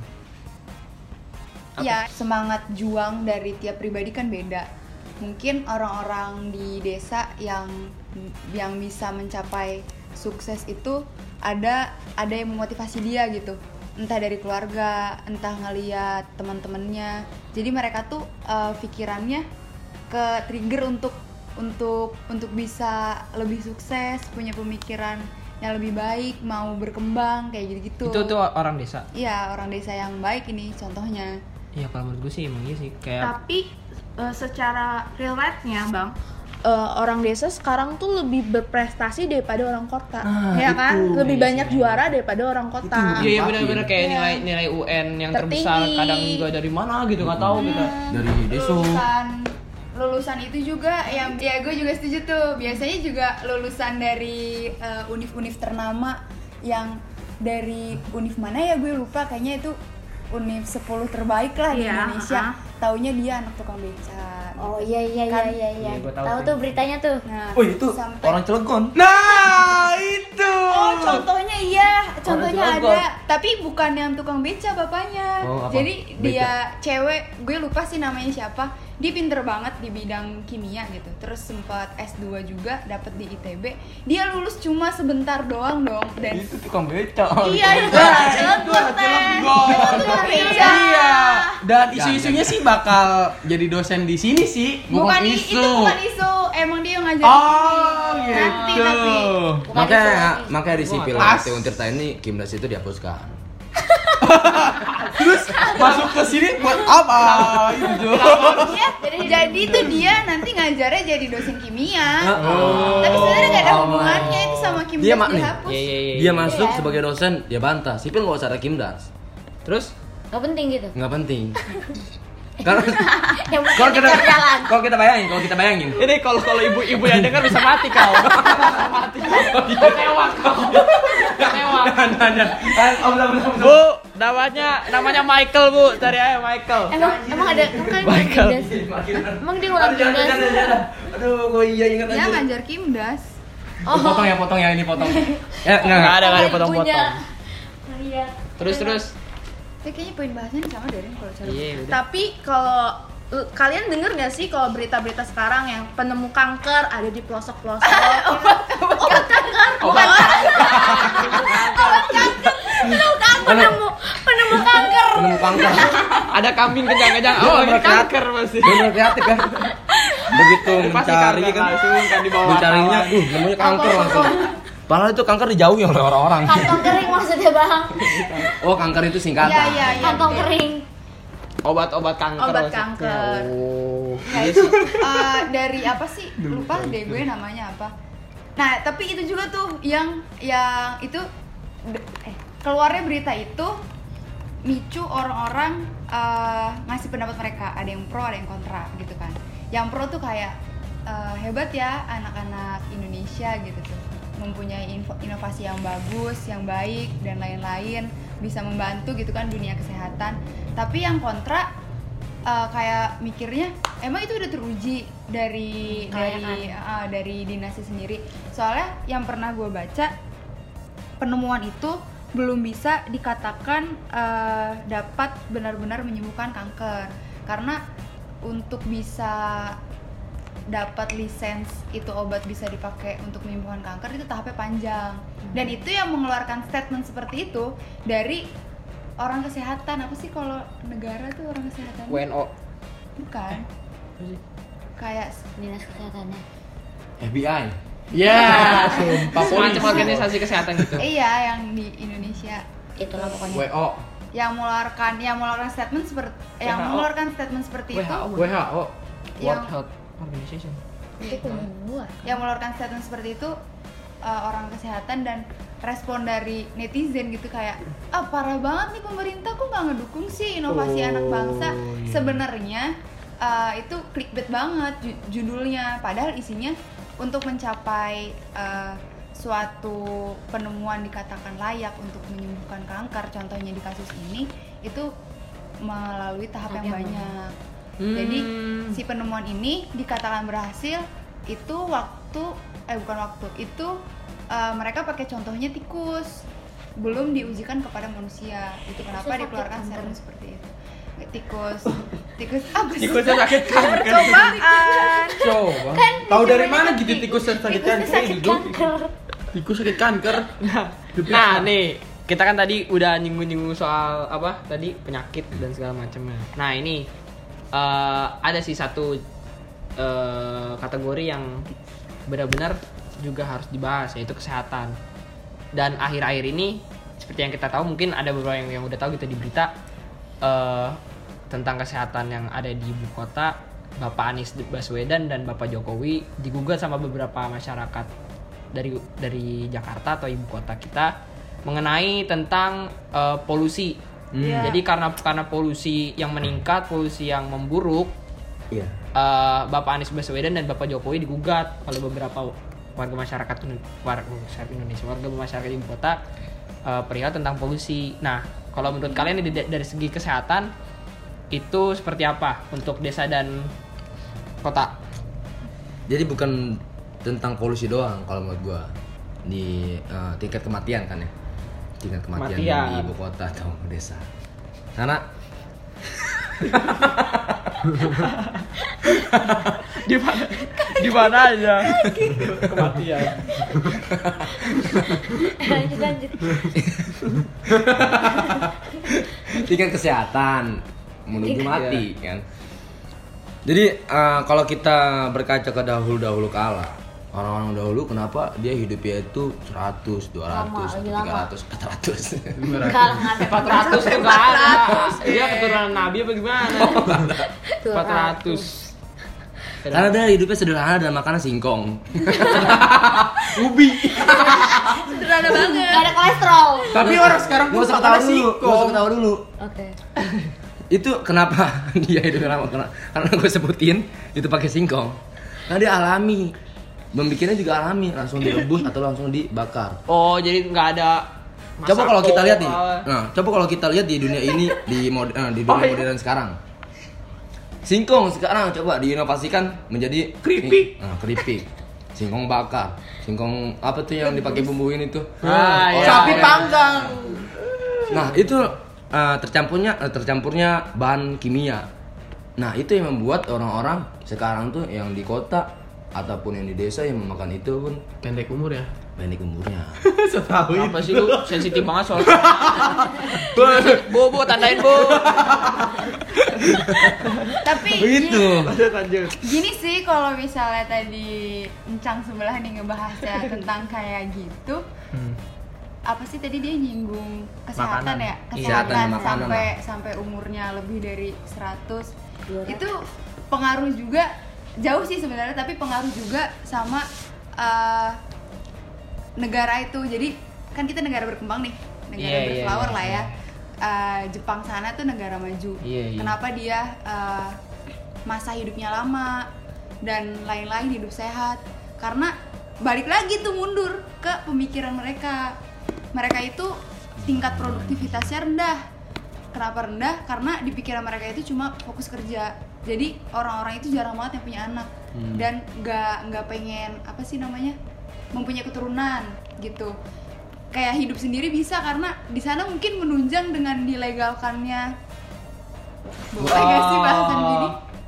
Ya, semangat juang dari tiap pribadi kan beda. Mungkin orang-orang di desa yang bisa mencapai sukses itu ada yang memotivasi dia gitu. Entah dari keluarga, entah ngeliat teman-temannya. Jadi mereka tuh pikirannya ke trigger untuk bisa lebih sukses, punya pemikiran yang lebih baik, mau berkembang kayak gitu-gitu. Itu tuh orang desa. Iya, orang desa yang baik ini contohnya. Iya, kalau menurut gue sih emang iya sih kayak Tapi secara real rate-nya bang, orang desa sekarang tuh lebih berprestasi daripada orang kota, ya kan? Lebih banyak juara daripada orang kota. iya benar-benar kayak nilai UN yang terbesar Tertinggi. kadang juga dari mana gitu nggak tahu gitu. Dari desa. Lulusan itu juga yang ya gue juga setuju tuh, biasanya juga lulusan dari univ-univ ternama yang dari univ mana ya gue lupa, kayaknya itu univ 10 terbaik lah di Iya, Indonesia. Taunya dia anak tukang beca. Oh iya Kan? Iya, gua tahu Tahu sih. tuh beritanya tuh. Nah, Oh itu sampai- orang Cilegon. Nah itu. Oh, contohnya iya, contohnya Orang Cilegon. ada, tapi bukan yang tukang beca bapaknya. Oh, apa? Jadi dia cewek, gue lupa sih namanya siapa. Dia pinter banget di bidang kimia gitu. Terus sempat S2 juga, dapat di ITB. Dia lulus cuma sebentar doang dong, dan Itu tukang beca. iya itu Cilegon. tukang beca. Iya. Dan isu-isunya sih bakal jadi dosen di sini sih. Bukan itu bukan isu, emang dia yang ngajarin. Oh Nanti gitu. tapi Makanya di sipil Pas. Untirta ini Kimdas itu dihapuskan. Terus masuk ke sini buat apa? Itu Jo. Jadi tuh dia nanti ngajarnya jadi dosen kimia. Tapi sebenarnya nggak ada hubungannya itu sama kimia Dia mak nih. dihapus. Dia masuk sebagai dosen, dia bantah. Sipil nggak usah ada kimdas. Terus Nggak penting gitu. Nggak penting. Karena Yang penting kita jalan. kalau kita bayangin. ini kalau ibu-ibu yang dengar bisa mati kau. Mati. Lewat kau. Lewat. Bu, namanya Michael, Bu. Cari aja Michael. Emang ada Michael. Emang dia ulang kimdas. Aduh, gue ingat Dia ngajar kimdas. Potong ya ini potong. Ya, Enggak ada ibunya. potong-potong. Iya. Terus. Tapi kayaknya poin bahasanya sama deh Rin, kalau cara. Iya, udah. Tapi kalau kalian denger gak sih kalau berita-berita sekarang yang penemu kanker ada di pelosok-pelosok? Obat kanker. Penemu kanker. Penemu kanker. Ada kambing kejang-kejang. Oh, ini kanker pasti. Bener kreatif kan. Begitu Pasti mencari kanker kan. langsung kan di bawah. Mencarinya, namanya kanker langsung. Padahal itu kanker dijauhi oleh orang-orang. Kantong kering maksudnya bang. Oh, kanker itu singkatan. Iya. Kantong kering. Obat-obat kanker. Obat maksudnya. kanker. Oh. Nah itu dari apa sih? Lupa deh gue namanya apa. Nah tapi itu juga tuh yang itu keluarnya berita itu micu orang-orang ngasih pendapat mereka. Ada yang pro, ada yang kontra gitu kan. Yang pro tuh kayak hebat ya anak-anak Indonesia gitu tuh, mempunyai inovasi yang bagus, yang baik dan lain-lain, bisa membantu gitu kan dunia kesehatan. Tapi yang kontra kayak mikirnya emang itu udah teruji dari dinasnya sendiri. Soalnya yang pernah gue baca, penemuan itu belum bisa dikatakan dapat benar-benar menyembuhkan kanker, karena untuk bisa dapat lisens itu obat bisa dipakai untuk menyembuhkan kanker itu tahapnya panjang. Dan itu yang mengeluarkan statement seperti itu dari orang kesehatan. Apa sih kalau negara tuh orang kesehatan? WNO. Bukan. Kayak Dinas kesehatannya. FBI. Ya, sumpah. Macam organisasi kesehatan gitu. iya yang di Indonesia Itulah pokoknya. WO. yang mengeluarkan statement seperti WHO. Yang- World Health Organization. Itu punya gua. yang mengeluarkan statement seperti itu orang kesehatan, dan respon dari netizen gitu kayak parah banget nih pemerintah, kok nggak ngedukung sih inovasi anak bangsa. Sebenarnya itu clickbait banget judulnya, padahal isinya untuk mencapai suatu penemuan dikatakan layak untuk menyembuhkan kanker, contohnya di kasus ini, itu melalui tahap yang banyak. Jadi si penemuan ini dikatakan berhasil itu mereka pakai contohnya tikus, belum diujikan kepada manusia. Itu kenapa dikeluarkan statement seperti itu. Tikus apa sih? Tikusnya sakit kanker. Percobaan. Coba. Tahu dari mana gitu tikus sakit kanker? Tikus sakit kanker. Nah, nih kita kan tadi udah nyinggung soal apa tadi, penyakit dan segala macamnya. Nah ini ada sih satu kategori yang benar-benar juga harus dibahas, yaitu kesehatan. Dan akhir-akhir ini seperti yang kita tahu, mungkin ada beberapa yang udah tahu gitu di berita tentang kesehatan yang ada di ibu kota. Bapak Anies Baswedan dan Bapak Jokowi digugat sama beberapa masyarakat dari Jakarta atau ibu kota kita mengenai tentang polusi. Jadi karena polusi yang meningkat, polusi yang memburuk, Bapak Anies Baswedan dan Bapak Jokowi digugat oleh beberapa warga masyarakat Indonesia, warga masyarakat ibu kota perihal tentang polusi. Nah, kalau menurut kalian dari segi kesehatan itu seperti apa untuk desa dan kota? Jadi bukan tentang polusi doang kalau menurut gua, di tingkat kematian kan ya, tingkat kematian di ibu kota atau desa. Karena di mana aja kematian. Lanjut. tingkat kesehatan menuju mati kan. Jadi kalau kita berkaca ke dahulu kala, orang-orang dahulu kenapa dia hidupnya itu 100, 200, lebih lama. 300, 400. Enggak lah, nggak ada 400 tuh nggak ada. Dia keturunan Nabi apa gimana? 400. Karena dia hidupnya sederhana dan makannya singkong. Ubi. Sederhana banget. Nggak ada kolesterol. Tapi orang sekarang Gak tuh usah makannya ketawa dulu, singkong. gak usah ketawa dulu. Oke. Itu kenapa dia hidupnya lama? Karena gue sebutin itu pakai singkong. Karena dia alami. Membikinnya juga alami, langsung direbus atau langsung dibakar. Oh, jadi nggak ada. Coba kalau kita lihat nih. Masako, Nah, coba kalau kita lihat di dunia ini di dunia modern sekarang. Singkong sekarang coba diinovasikan menjadi Keripik. Nah, keripik. Singkong bakar. Singkong apa tuh yang dipakai bumbuin itu? iya. Sapi panggang. Nah, itu tercampurnya bahan kimia. Nah, itu yang membuat orang-orang sekarang tuh yang di kota ataupun yang di desa yang memakan itu pun Pendek umur ya. pendek umurnya. Setahu Apa sih lu sensitif banget soal Bu, tandain Bu. Tapi Begitu. Lanjut. gini sih kalau misalnya tadi Encang sebelah nih ngebahasnya tentang kayak gitu. Apa sih tadi dia nyinggung kesehatan Makanan. ya? Kesehatan Kesehatan dan makanan sampai umurnya lebih dari 100. 200. Itu pengaruh juga jauh sih sebenarnya, tapi pengaruh juga sama negara itu. Jadi kan kita negara berkembang nih, negara Iya, berflower iya, lah ya. Jepang sana tuh negara maju. Iya, iya. Kenapa dia masa hidupnya lama dan lain-lain, hidup sehat? Karena balik lagi tuh mundur ke pemikiran mereka. Mereka itu tingkat produktivitasnya rendah. Kenapa rendah? Karena di pikiran mereka itu cuma fokus kerja. Jadi orang-orang itu jarang banget yang punya anak dan nggak pengen apa sih namanya mempunyai keturunan gitu. Kayak hidup sendiri bisa karena di sana mungkin menunjang dengan dilegalkannya. Boleh gak sih bahasan gini?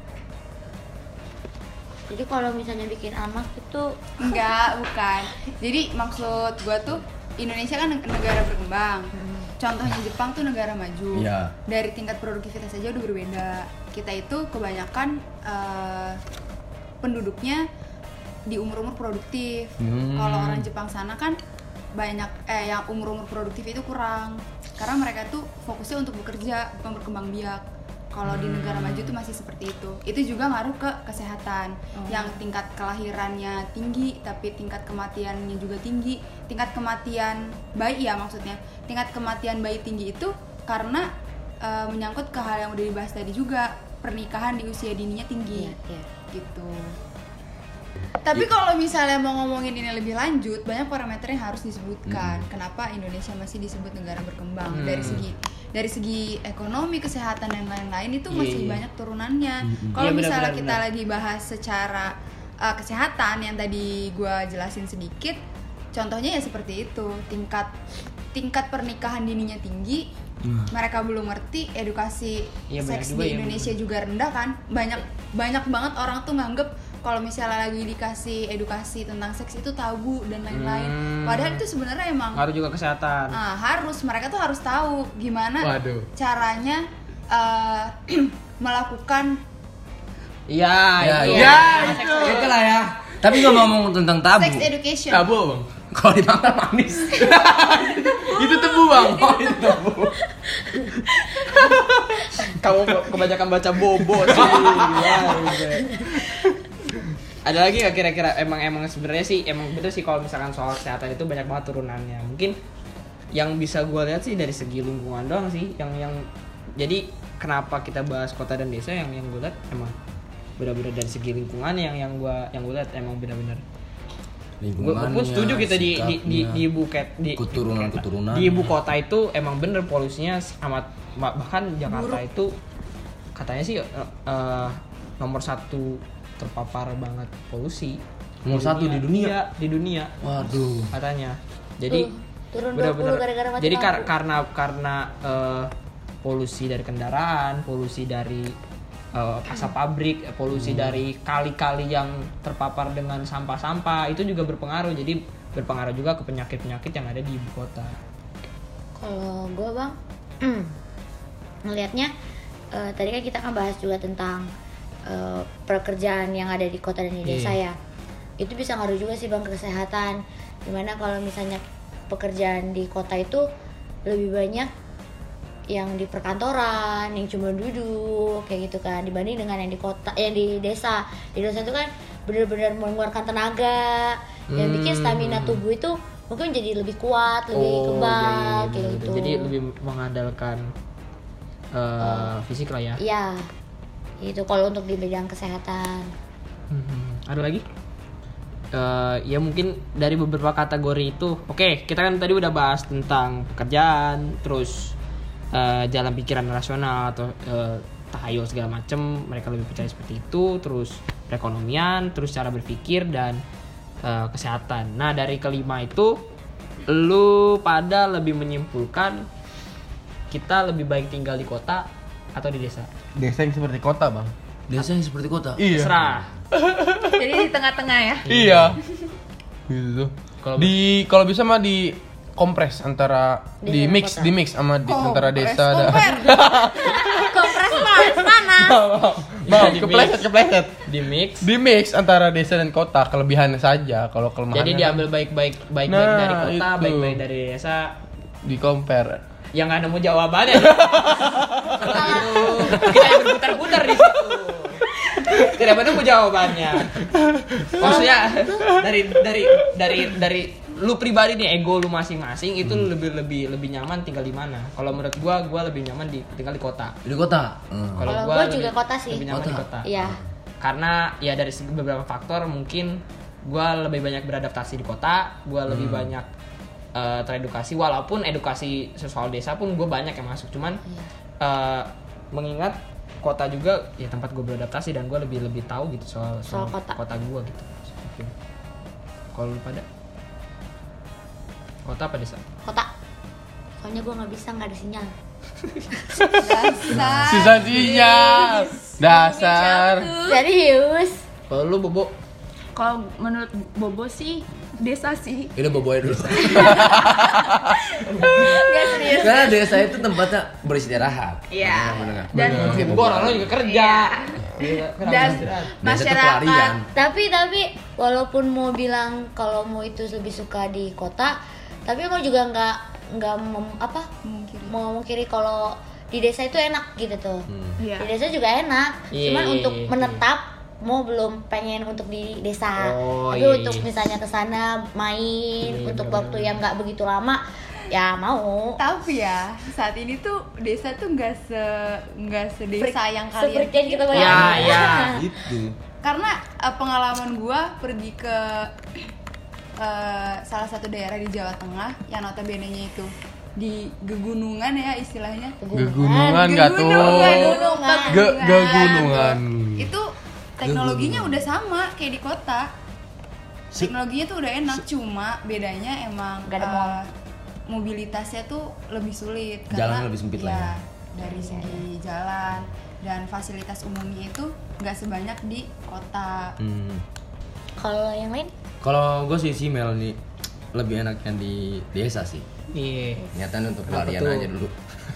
Jadi kalau misalnya bikin anak itu Enggak, bukan. Jadi maksud gua tuh Indonesia kan negara berkembang. Contohnya Jepang tuh negara maju. Iya. Dari tingkat produktivitas aja udah berbeda. Kita itu kebanyakan penduduknya di umur-umur produktif. Kalau orang Jepang sana kan banyak yang umur-umur produktif itu kurang. Karena mereka tuh fokusnya untuk bekerja, bukan berkembang biak. Kalau di negara maju tuh masih seperti itu. Itu juga ngaruh ke kesehatan. Yang tingkat kelahirannya tinggi, tapi tingkat kematiannya juga tinggi. Tingkat kematian bayi ya maksudnya. Tingkat kematian bayi tinggi itu karena menyangkut ke hal yang udah dibahas tadi juga. Pernikahan di usia dininya tinggi. Iya. Gitu. Tapi kalau misalnya mau ngomongin ini lebih lanjut, banyak parameter yang harus disebutkan. Kenapa Indonesia masih disebut negara berkembang? Dari segi ekonomi, kesehatan dan lain-lain itu masih banyak turunannya. Kalau Iya, misalnya benar, kita benar. lagi bahas secara kesehatan yang tadi gua jelasin sedikit, contohnya ya seperti itu. Tingkat pernikahan dininya tinggi. Mereka belum ngerti edukasi Iya, banyak seks juga di yang Indonesia juga rendah kan. Banyak banget orang tuh nganggep kalau misalnya lagi dikasih edukasi tentang seks itu tabu dan lain-lain. Padahal itu sebenarnya emang Ngaruh juga kesehatan. mereka tuh harus tahu gimana Waduh. caranya melakukan Iya, Ya, itu lah ya. Tapi ngomong tentang tabu. sex education. Tabu bang. Kalau dimakan manis. Itu tebu bang. Oh, itu tabu. Kamu kebanyakan baca bobo sih. Ya, ada lagi nggak kira-kira emang sebenarnya sih emang bener sih kalau misalkan soal kesehatan itu banyak banget turunannya. Mungkin yang bisa gue lihat sih dari segi lingkungan doang sih yang jadi kenapa kita bahas kota dan desa yang gue lihat emang benar-benar dari segi lingkungan yang gue lihat emang benar-benar gue pun setuju kita di keturunan di ibu kota itu emang bener polusinya amat, bahkan Jakarta itu katanya sih nomor 1 terpapar banget polusi. Nomor 1 di dunia? Iya, di dunia. Waduh. Katanya. Jadi turun 20 bener-bener gara-gara mati jadi lampu. karena polusi dari kendaraan, polusi dari asap pabrik, polusi dari kali-kali yang terpapar dengan sampah-sampah itu juga berpengaruh. Jadi berpengaruh juga ke penyakit-penyakit yang ada di ibu kota. Kalau gue bang ngelihatnya tadi kan kita kan bahas juga tentang pekerjaan yang ada di kota dan di desa ya. itu bisa ngaruh juga sih Bang ke kesehatan. Dimana kalau misalnya pekerjaan di kota itu lebih banyak yang di perkantoran, yang cuma duduk kayak gitu kan, dibanding dengan yang di kota, yang di desa. Di desa itu kan benar-benar mengeluarkan tenaga, yang bikin stamina tubuh itu mungkin jadi lebih kuat, lebih kebal kayak gitu. Jadi lebih mengandalkan fisik lah ya. Iya, itu kalau untuk di bidang kesehatan. Ada lagi? Ya mungkin dari beberapa kategori itu. Oke, kita kan tadi udah bahas tentang pekerjaan, terus jalan pikiran rasional atau tahayul segala macem, mereka lebih percaya seperti itu. Terus perekonomian, terus cara berpikir dan kesehatan. Nah dari kelima itu, lu pada lebih menyimpulkan kita lebih baik tinggal di kota atau di desa? Desa yang seperti kota, Bang. Desa yang seperti kota. Iya. Terserah. Jadi di tengah-tengah ya. Iya. Gitu. Kalau Kalau bisa mah di kompres antara Desa di dan mix sama antara desa dan Kompres mana? Bang, Di kepleset. di mix. Antara desa dan kota, kelebihannya saja. Kalau kelemahannya Jadi diambil baik-baik dari kota, itu. baik-baik dari desa. di compare. Yang nggak nemu jawabannya. Kalau gitu kita yang berputar-putar di situ. Tidak menemu jawabannya. Maksudnya dari lu pribadi nih, ego lu masing-masing itu lebih nyaman tinggal di mana? Kalau menurut gua lebih nyaman tinggal di kota. Di kota. Kalau gua juga lebih- kota sih. Lebih nyaman di Kota. kota. Iya. Karena ya dari segi beberapa faktor mungkin gua lebih banyak beradaptasi di kota, gua lebih banyak teredukasi, walaupun edukasi soal desa pun gue banyak yang masuk, cuman mengingat kota juga ya tempat gue beradaptasi dan gue lebih tahu gitu soal kota gue gitu. Mungkin. Kalau lu pada kota apa desa? Kota. Soalnya gua nggak bisa, nggak ada sinyal. Sisa sinyal. Dasar. Serius. Kalau lu Bobo? Kalau menurut Bobo sih desa sih. Ini boboy dulu. Nggak serius. Karena desa itu tempatnya beristirahat. Iya. Benar. Dan Gue orang juga kerja. dan Desa itu masyarakat pelarian. Tapi walaupun mau bilang kalau mau itu lebih suka di kota, tapi mau juga nggak mau mengkiri kalau di desa itu enak gitu tuh. Iya. Di desa juga enak, Iya, cuman iya, untuk iya. menetap mau belum pengen untuk di desa. Oh, Tapi iya, untuk iya. misalnya ke sana main Iya, untuk bener-bener. waktu yang nggak begitu lama, ya mau. Tapi ya saat ini tuh desa tuh nggak sedesa yang kalian Seperti yang kita pikirkan. bayangin. Ya. Gitu. Karena pengalaman gua pergi ke salah satu daerah di Jawa Tengah yang notabene-nya itu di gegunungan ya istilahnya. Gegunungan enggak tuh? Gegunungan. Gegunungan. Itu teknologinya udah sama kayak di kota. Teknologinya tuh udah enak, cuma bedanya emang Nggak ada mall. mobilitasnya tuh lebih sulit Jalannya lebih sempit lah ya. dari segi jalan dan fasilitas umumnya itu nggak sebanyak di kota. Kalau yang lain? Kalau gue sih Mel nih lebih enaknya di desa sih. Iya. Nyatanya untuk Kenapa pelarian tuh? aja dulu.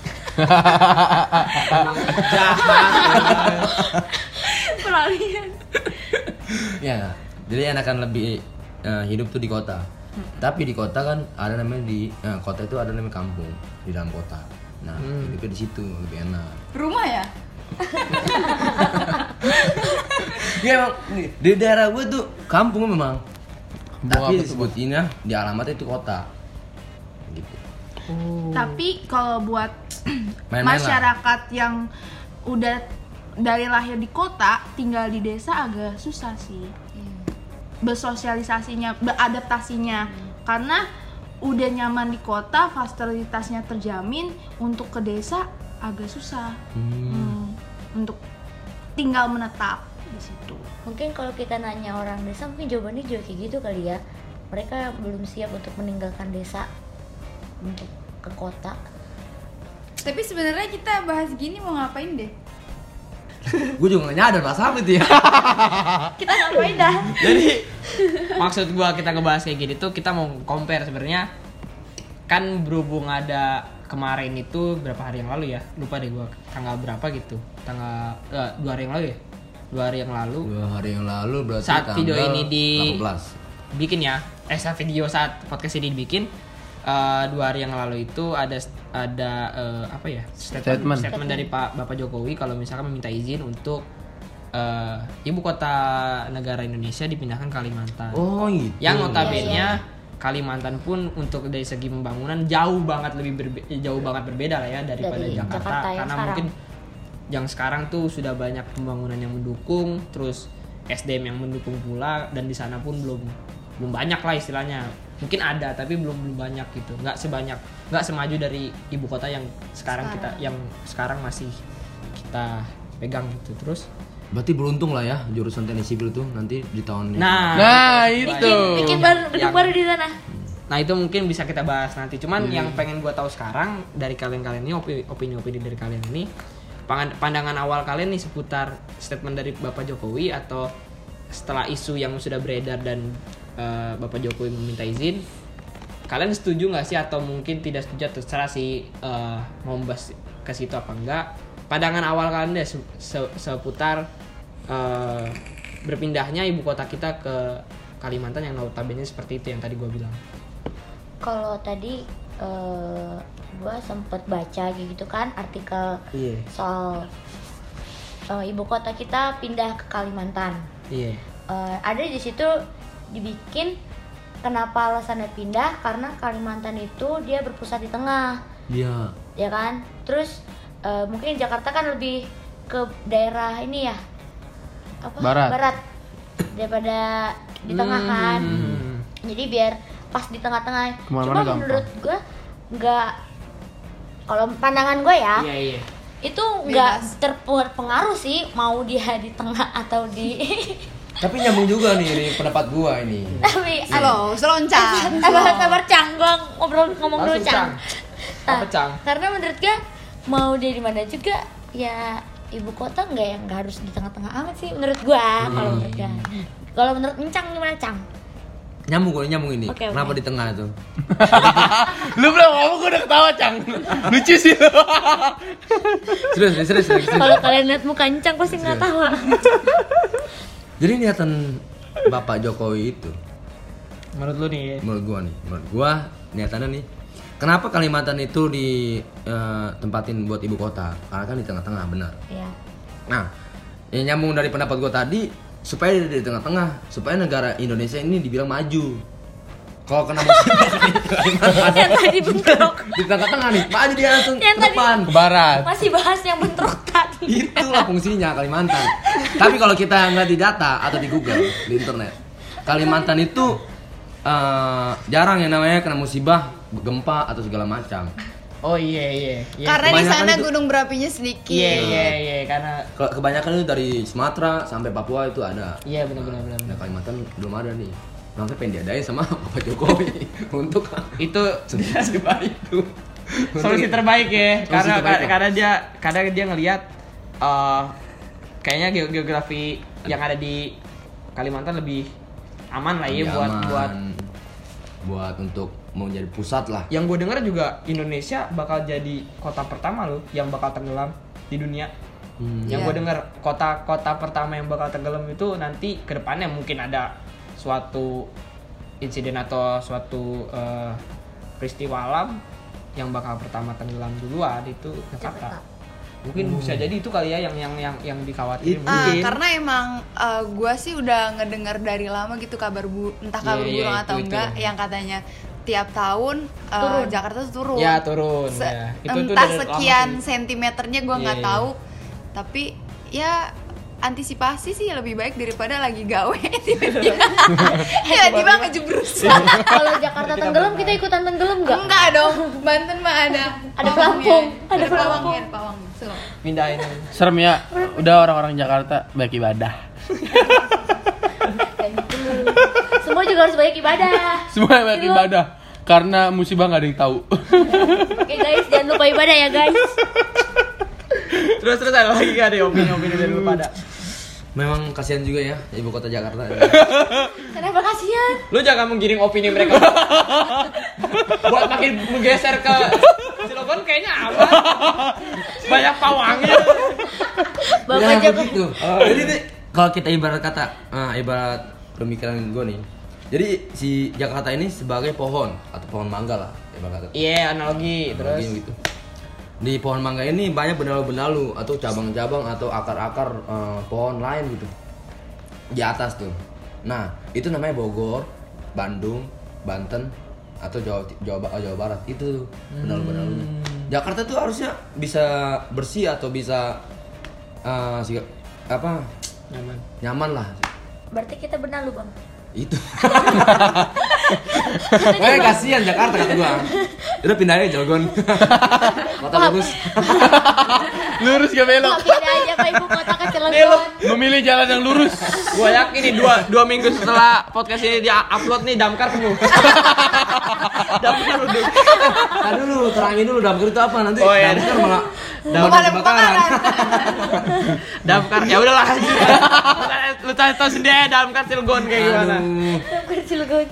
pelarian. Ya, jadi enakan lebih hidup tuh di kota. Tapi di kota kan ada namanya kota itu ada namanya kampung di dalam kota. Nah, hidupnya di situ lebih enak. Rumah ya? Ya emang di daerah gue tuh kampung memang. Kampung Tapi apa tuh, sebutinnya di alamatnya itu kota. Gitu. Tapi kalau buat Main-main lah. masyarakat yang udah dari lahir di kota tinggal di desa agak susah sih bersosialisasinya, beradaptasinya, karena udah nyaman di kota, fasilitasnya terjamin, untuk ke desa agak susah. Untuk tinggal menetap di situ. Mungkin kalau kita nanya orang desa, mungkin jawabannya juga kayak gitu kali ya. Mereka belum siap untuk meninggalkan desa untuk ke kota. Tapi sebenarnya kita bahas gini mau ngapain deh? Gue juga gak nyadar bahasa apa itu ya. Kita ngapain dah? Jadi maksud gua kita ngebahas kayak gini tuh kita mau compare sebenarnya, kan berhubung ada kemarin itu berapa hari yang lalu ya, lupa deh gua tanggal berapa gitu, tanggal 2 hari yang lalu ya, 2 hari yang lalu. 2 hari yang lalu berarti Saat video tanggal ini 18. bikin ya. Saat podcast ini dibikin 2 hari yang lalu itu ada apa ya? Statement dari Bapak Jokowi kalau misalkan meminta izin untuk ibu kota negara Indonesia dipindahkan Kalimantan. Oh gitu. Yang notabene Kalimantan pun untuk dari segi pembangunan jauh banget berbeda lah ya daripada Dari Jakarta Jakarta yang karena sekarang. mungkin yang sekarang tuh sudah banyak pembangunan yang mendukung, terus SDM yang mendukung pula, dan di sana pun belum banyak lah istilahnya. Mungkin ada tapi belum banyak gitu. Nggak semaju dari ibu kota yang sekarang sekarang masih kita pegang gitu. Terus Berarti beruntung lah ya jurusan teknik sipil tuh nanti di tahun ini. Nah, itu. Bikin gedung baru di sana. Nah itu mungkin bisa kita bahas nanti. Cuman yang pengen gue tahu sekarang dari kalian ini opini-opini dari kalian ini, pandangan awal kalian nih seputar statement dari Bapak Jokowi atau setelah isu yang sudah beredar dan Bapak Jokowi meminta izin, kalian setuju nggak sih atau mungkin tidak setuju? Terserah sih mau membahas ke situ apa enggak. Pandangan awal kalian deh seputar berpindahnya ibu kota kita ke Kalimantan yang notabene seperti itu yang tadi gue bilang. Kalau tadi gue sempet baca gitu kan artikel soal ibu kota kita pindah ke Kalimantan. Ada di situ dibikin kenapa alasannya pindah karena Kalimantan itu dia berpusat di tengah. Iya. Ya kan? Terus mungkin Jakarta kan lebih ke daerah ini ya. Apa? Barat. Daripada di tengah kan. Jadi biar pas di tengah-tengah. Cuma menurut gue nggak, kalau pandangan gue ya, itu nggak terpengaruh sih mau dia di tengah atau di. Tapi nyambung juga nih pendapat gua ini. Tapi seloncang. Sabar Cang, gua ngomong dulu Cang. Cang? Karena menurut gue mau dia di mana juga ya ibu kota nggak harus di tengah-tengah amat sih menurut gua. Kalau menurut gua. Kalau menurut Encang gimana Cang? Nyambung ini. Oke. Kenapa di tengah tuh? Lu belum ngomong gua udah ketawa, Cang. Lucu sih lu. Serius. Kalau kalian lihat muka Encang pasti nggak tawa. Jadi niatan Bapak Jokowi itu, Menurut lu nih? menurut gua niatannya nih, kenapa Kalimantan itu ditempatin buat ibu kota? Karena kan di tengah-tengah, benar. Iya. Nah, yang nyambung dari pendapat gua tadi, supaya di tengah-tengah, supaya negara Indonesia ini dibilang maju. Kalau kena musibah nih, Kalimantan Yang tadi bentrok. di tengah-tengah nih, maju dia langsung Yang ke tadi- depan. Ke barat. Masih bahas yang bentrok tadi. Itulah fungsinya Kalimantan. Tapi kalau kita nggak di data atau di Google, di internet, Kalimantan itu jarang yang namanya kena musibah, gempa atau segala macam. Oh iya. Karena di Kebanyakan sana itu- gunung berapinya sedikit. Iya, karena Kebanyakan itu dari Sumatera sampai Papua itu ada. iya benar. Nah Kalimantan belum ada nih. Makanya pengen diadain sama Bapak Jokowi untuk Itu solusi itu. solusi terbaik ya. Solusi terbaik lah. Karena dia ngelihat kayaknya geografi yang ada di Kalimantan lebih aman lah ya buat untuk mau jadi pusat lah. Yang gue dengar juga Indonesia bakal jadi kota pertama loh yang bakal tenggelam di dunia. Yang gue dengar kota pertama yang bakal tenggelam itu nanti kedepannya mungkin ada suatu insiden atau suatu peristiwa alam yang bakal pertama tenggelam duluan itu Jakarta. Mungkin bisa jadi itu kali ya yang dikhawatirin mungkin. Karena emang gue sih udah ngedengar dari lama gitu kabar entah kabar burung atau enggak yang katanya tiap tahun Jakarta tuh turun. Ya turun. Ya. Itu Entah dari lama sekian sih. sentimeternya gue nggak tahu. Tapi ya antisipasi sih lebih baik daripada lagi gawe tiba-tiba ngejebrus. Kalau Jakarta tenggelam kita ikutan tenggelam nggak? Enggak dong, Banten mah ada pelampung. ada pawangnya. So. Pindahin. Serem ya. Udah orang-orang Jakarta baik ibadah. Semua juga harus banyak ibadah. Semua baik ibadah. Karena musibah nggak ada yang tahu. Oke guys, jangan lupa ibadah ya guys. Terus ada lagi gak ada opini dari lu pada? Memang kasihan juga ya ibu kota Jakarta. Kenapa kasihan? Lu jangan menggiring opini mereka. Buat makin menggeser ke Cilegon kayaknya aman. Banyak pawangnya. Bapak Ya, Jokowi. begitu. Jadi kalau kita ibarat kata, ibarat pemikiran gue nih. Jadi si Jakarta ini sebagai pohon atau pohon mangga lah, ibarat kata. Iya, analogi terus. Gitu. Di pohon mangga ini banyak benalu-benalu atau cabang-cabang atau akar-akar pohon lain gitu di atas tuh. Nah, itu namanya Bogor, Bandung, Banten atau Jawa Barat itu benalu-benalunya. Jakarta tuh harusnya bisa bersih atau bisa nyaman lah. Berarti kita benalu, Bang. Itu. Kasihan Jakarta kata gua. Udah pindah aja Cilegon. Kota bagus. Lurus gak belok. Pindah aja ke ibu kota ke Belok. Cilegon. Memilih jalan yang lurus. Gua yakin nih dua minggu setelah podcast ini di-upload nih damkar penuh. Damkar udah. Tadi dulu terangin dulu damkar itu apa nanti. Oh, iya. Damkar malah Pemadam kebakaran. Damkar ya udahlah. Lu tahu sendiri damkar Cilegon kayak gimana. Aduh. Ke Cilegon.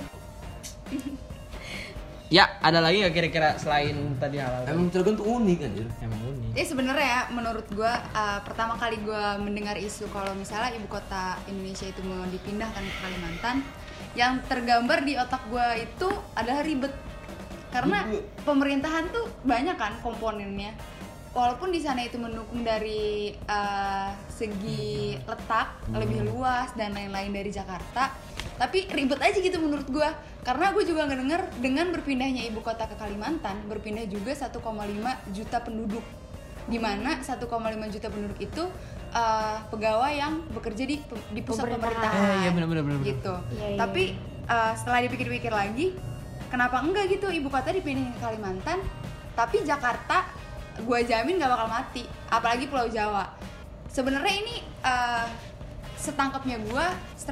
Ya, ada lagi nggak kira-kira selain tadi hal-hal? Emang Cilegon tuh unik kan, Jir? Emang unik. Sebenarnya ya, menurut gue pertama kali gue mendengar isu kalau misalnya ibu kota Indonesia itu mau dipindahkan ke Kalimantan, yang tergambar di otak gue itu adalah ribet. Karena pemerintahan tuh banyak kan komponennya. Walaupun di sana itu mendukung dari segi letak lebih luas dan lain-lain dari Jakarta, tapi ribet aja gitu menurut gue. Karena gue juga ngedenger dengan berpindahnya ibu kota ke Kalimantan, berpindah juga 1,5 juta penduduk. Dimana 1,5 juta penduduk itu pegawai yang bekerja di pusat pemerintahan. Iya benar. Gitu. Iya. Tapi setelah dipikir-pikir lagi, kenapa enggak gitu ibu kota dipindahin ke Kalimantan, tapi Jakarta gue jamin gak bakal mati, apalagi Pulau Jawa. Sebenarnya ini setangkapnya gue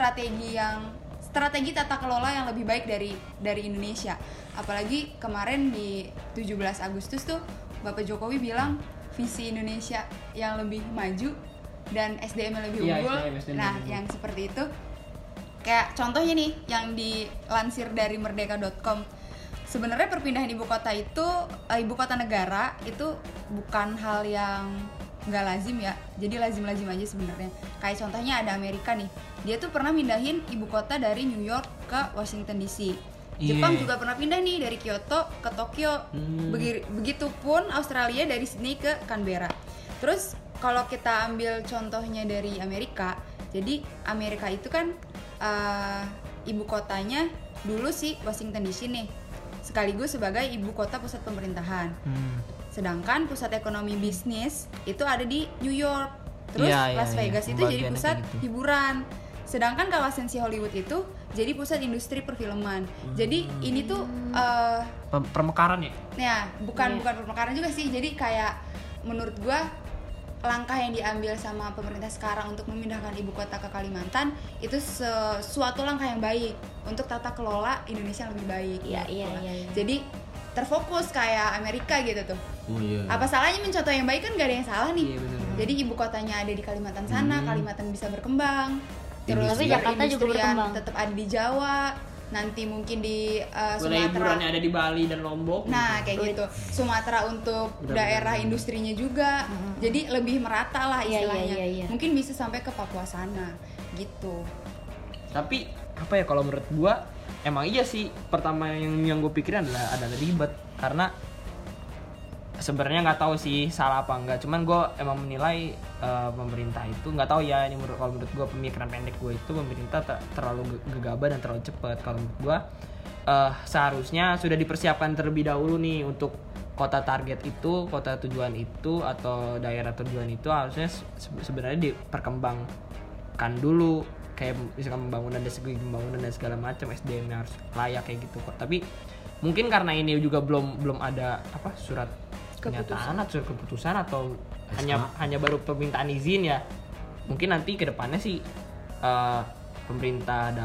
strategi tata kelola yang lebih baik dari Indonesia. Apalagi kemarin di 17 Agustus tuh Bapak Jokowi bilang visi Indonesia yang lebih maju dan SDM yang lebih unggul. Nah, yang seperti itu. Kayak contohnya nih yang dilansir dari merdeka.com. Sebenarnya perpindahan ibu kota negara itu bukan hal yang nggak lazim ya, jadi lazim-lazim aja sebenarnya. Kayak contohnya ada Amerika nih, dia tuh pernah mindahin ibu kota dari New York ke Washington DC. Jepang juga pernah pindah nih dari Kyoto ke Tokyo. Begitupun Australia dari Sydney ke Canberra. Terus kalau kita ambil contohnya dari Amerika, jadi Amerika itu kan ibu kotanya dulu sih Washington DC nih, sekaligus sebagai ibu kota pusat pemerintahan. Sedangkan pusat ekonomi bisnis itu ada di New York. Terus Las Vegas itu jadi pusat hiburan. Sedangkan kawasan si Hollywood itu jadi pusat industri perfilman. Jadi ini tuh permekaran ya? Ya, bukan permekaran juga sih. Jadi kayak menurut gua langkah yang diambil sama pemerintah sekarang untuk memindahkan ibu kota ke Kalimantan itu suatu langkah yang baik untuk tata kelola Indonesia yang lebih baik. Iya. Jadi terfokus kayak Amerika gitu tuh. Oh, iya. Apa salahnya mencontoh yang baik, kan gak ada yang salah nih. Iya, betul. Jadi ibu kotanya ada di Kalimantan sana, Kalimantan bisa berkembang. Terus Tapi Jakarta juga berkembang. tetap ada di Jawa. Nanti mungkin di Sumatera. Hiburannya ada di Bali dan Lombok. Nah, kayak gitu. Sumatera untuk daerah industrinya juga. Jadi lebih merata lah istilahnya. Iya. Mungkin bisa sampai ke Papua sana gitu. Tapi apa ya, kalau menurut gua emang iya sih, pertama yang gue pikirin adalah ribet. Karena sebenarnya nggak tahu sih salah apa enggak, cuman gue emang menilai pemerintah itu, nggak tahu ya, ini kalau menurut gue pemikiran pendek gue itu, pemerintah terlalu gegabah dan terlalu cepat. Kalau menurut gue seharusnya sudah dipersiapkan terlebih dahulu nih untuk kota target itu, kota tujuan itu atau daerah tujuan itu harusnya sebenarnya diperkembangkan dulu, kayak misalkan pembangunan dan segi pembangunan dan segala macam, SDM harus layak kayak gitu kok. Tapi mungkin karena ini juga belum ada surat kenyataan atau surat keputusan atau hanya baru permintaan izin ya. Mungkin nanti ke depannya sih pemerintah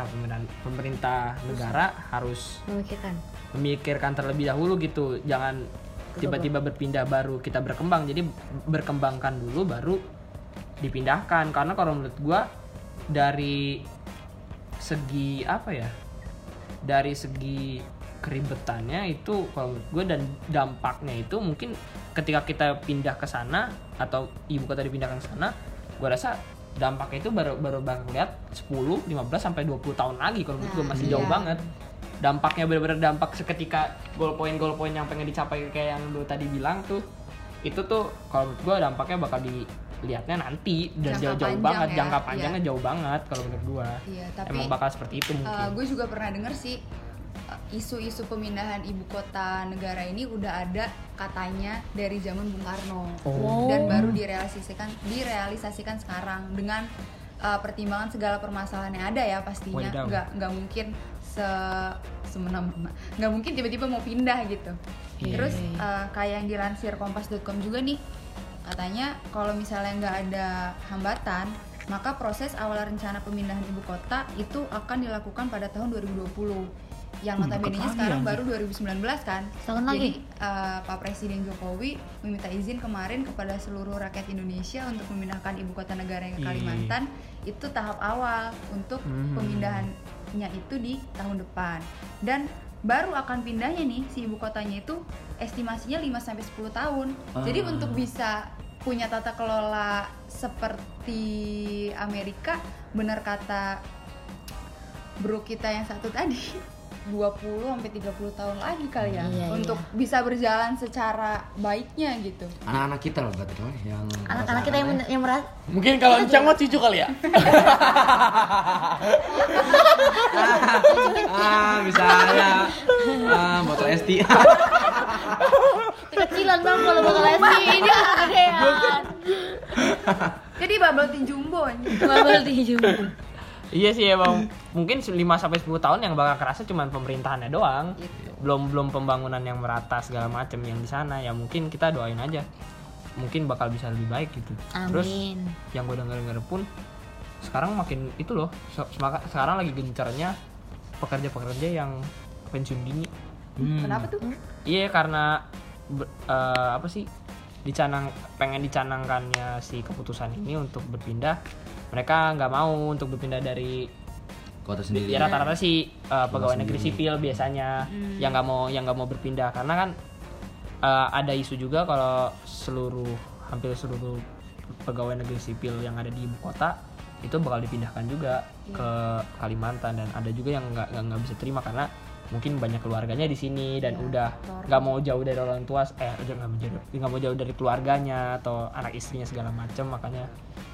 negara harus memikirkan terlebih dahulu gitu. Jangan tiba-tiba berpindah baru kita berkembang. Jadi berkembangkan dulu baru dipindahkan. Karena kalau menurut gua dari segi dari segi keribetannya itu, kalau menurut gue, dan dampaknya itu mungkin ketika kita pindah ke sana atau ibu kota dipindahkan ke sana, gue rasa dampaknya itu baru bakal lihat 10, 15 sampai 20 tahun lagi kalau menurut gue masih jauh banget. Dampaknya benar-benar dampak seketika goal point yang pengen dicapai kayak yang lu tadi bilang tuh. Itu tuh kalau menurut gue dampaknya bakal dilihatnya nanti dan jauh banget, jangka panjangnya jauh banget kalau menurut gue. Iya, tapi emang bakal seperti itu mungkin. Gue juga pernah denger sih isu-isu pemindahan ibu kota negara ini udah ada katanya dari zaman Bung Karno dan baru direalisasikan sekarang dengan pertimbangan segala permasalahan yang ada ya pastinya. Nggak mungkin semena-mena, nggak mungkin tiba-tiba mau pindah gitu. Terus kayak yang dilansir kompas.com juga nih, katanya kalau misalnya nggak ada hambatan, maka proses awal rencana pemindahan ibu kota itu akan dilakukan pada tahun 2020. Yang notabene-nya sekarang baru 2019 kan. Jadi Pak Presiden Jokowi meminta izin kemarin kepada seluruh rakyat Indonesia untuk memindahkan ibu kota negara yang ke Kalimantan. Itu tahap awal untuk pemindahannya itu di tahun depan. Dan baru akan pindahnya nih si ibu kotanya itu estimasinya 5-10 tahun. Jadi untuk bisa punya tata kelola seperti Amerika, benar kata bro kita yang satu tadi, 20-30 tahun lagi kali ya untuk bisa berjalan secara baiknya gitu. Anak-anak kita loh berarti kan yang anak-anak kita yang merasa mungkin kalau Encang mah cucu kali ya. Bisa ya. Botol ST. kecilan bang kalau bakal ST ini kegedean. Jadi bubble tea jumbo. Iya sih emang mungkin 5-10 tahun yang bakal kerasa cuman pemerintahannya doang. Belum pembangunan yang merata segala macam yang di sana. Ya mungkin kita doain aja. Mungkin bakal bisa lebih baik gitu. Amin. Terus yang gue denger pun sekarang makin itu loh. Sekarang lagi gencarnya pekerja-pekerja yang pensiun dini. Kenapa tuh? Iya karena apa sih? Pengen dicanangkannya si keputusan ini untuk berpindah. Mereka nggak mau untuk berpindah dari kota sendiri. Ya rata-rata sih pegawai negeri sipil biasanya yang nggak mau berpindah karena kan ada isu juga kalau hampir seluruh pegawai negeri sipil yang ada di ibu kota itu bakal dipindahkan juga ke Kalimantan, dan ada juga yang nggak bisa terima karena mungkin banyak keluarganya di sini dan udah nggak mau jauh dari orang tua, nggak mau jauh dari keluarganya atau anak istrinya segala macam, makanya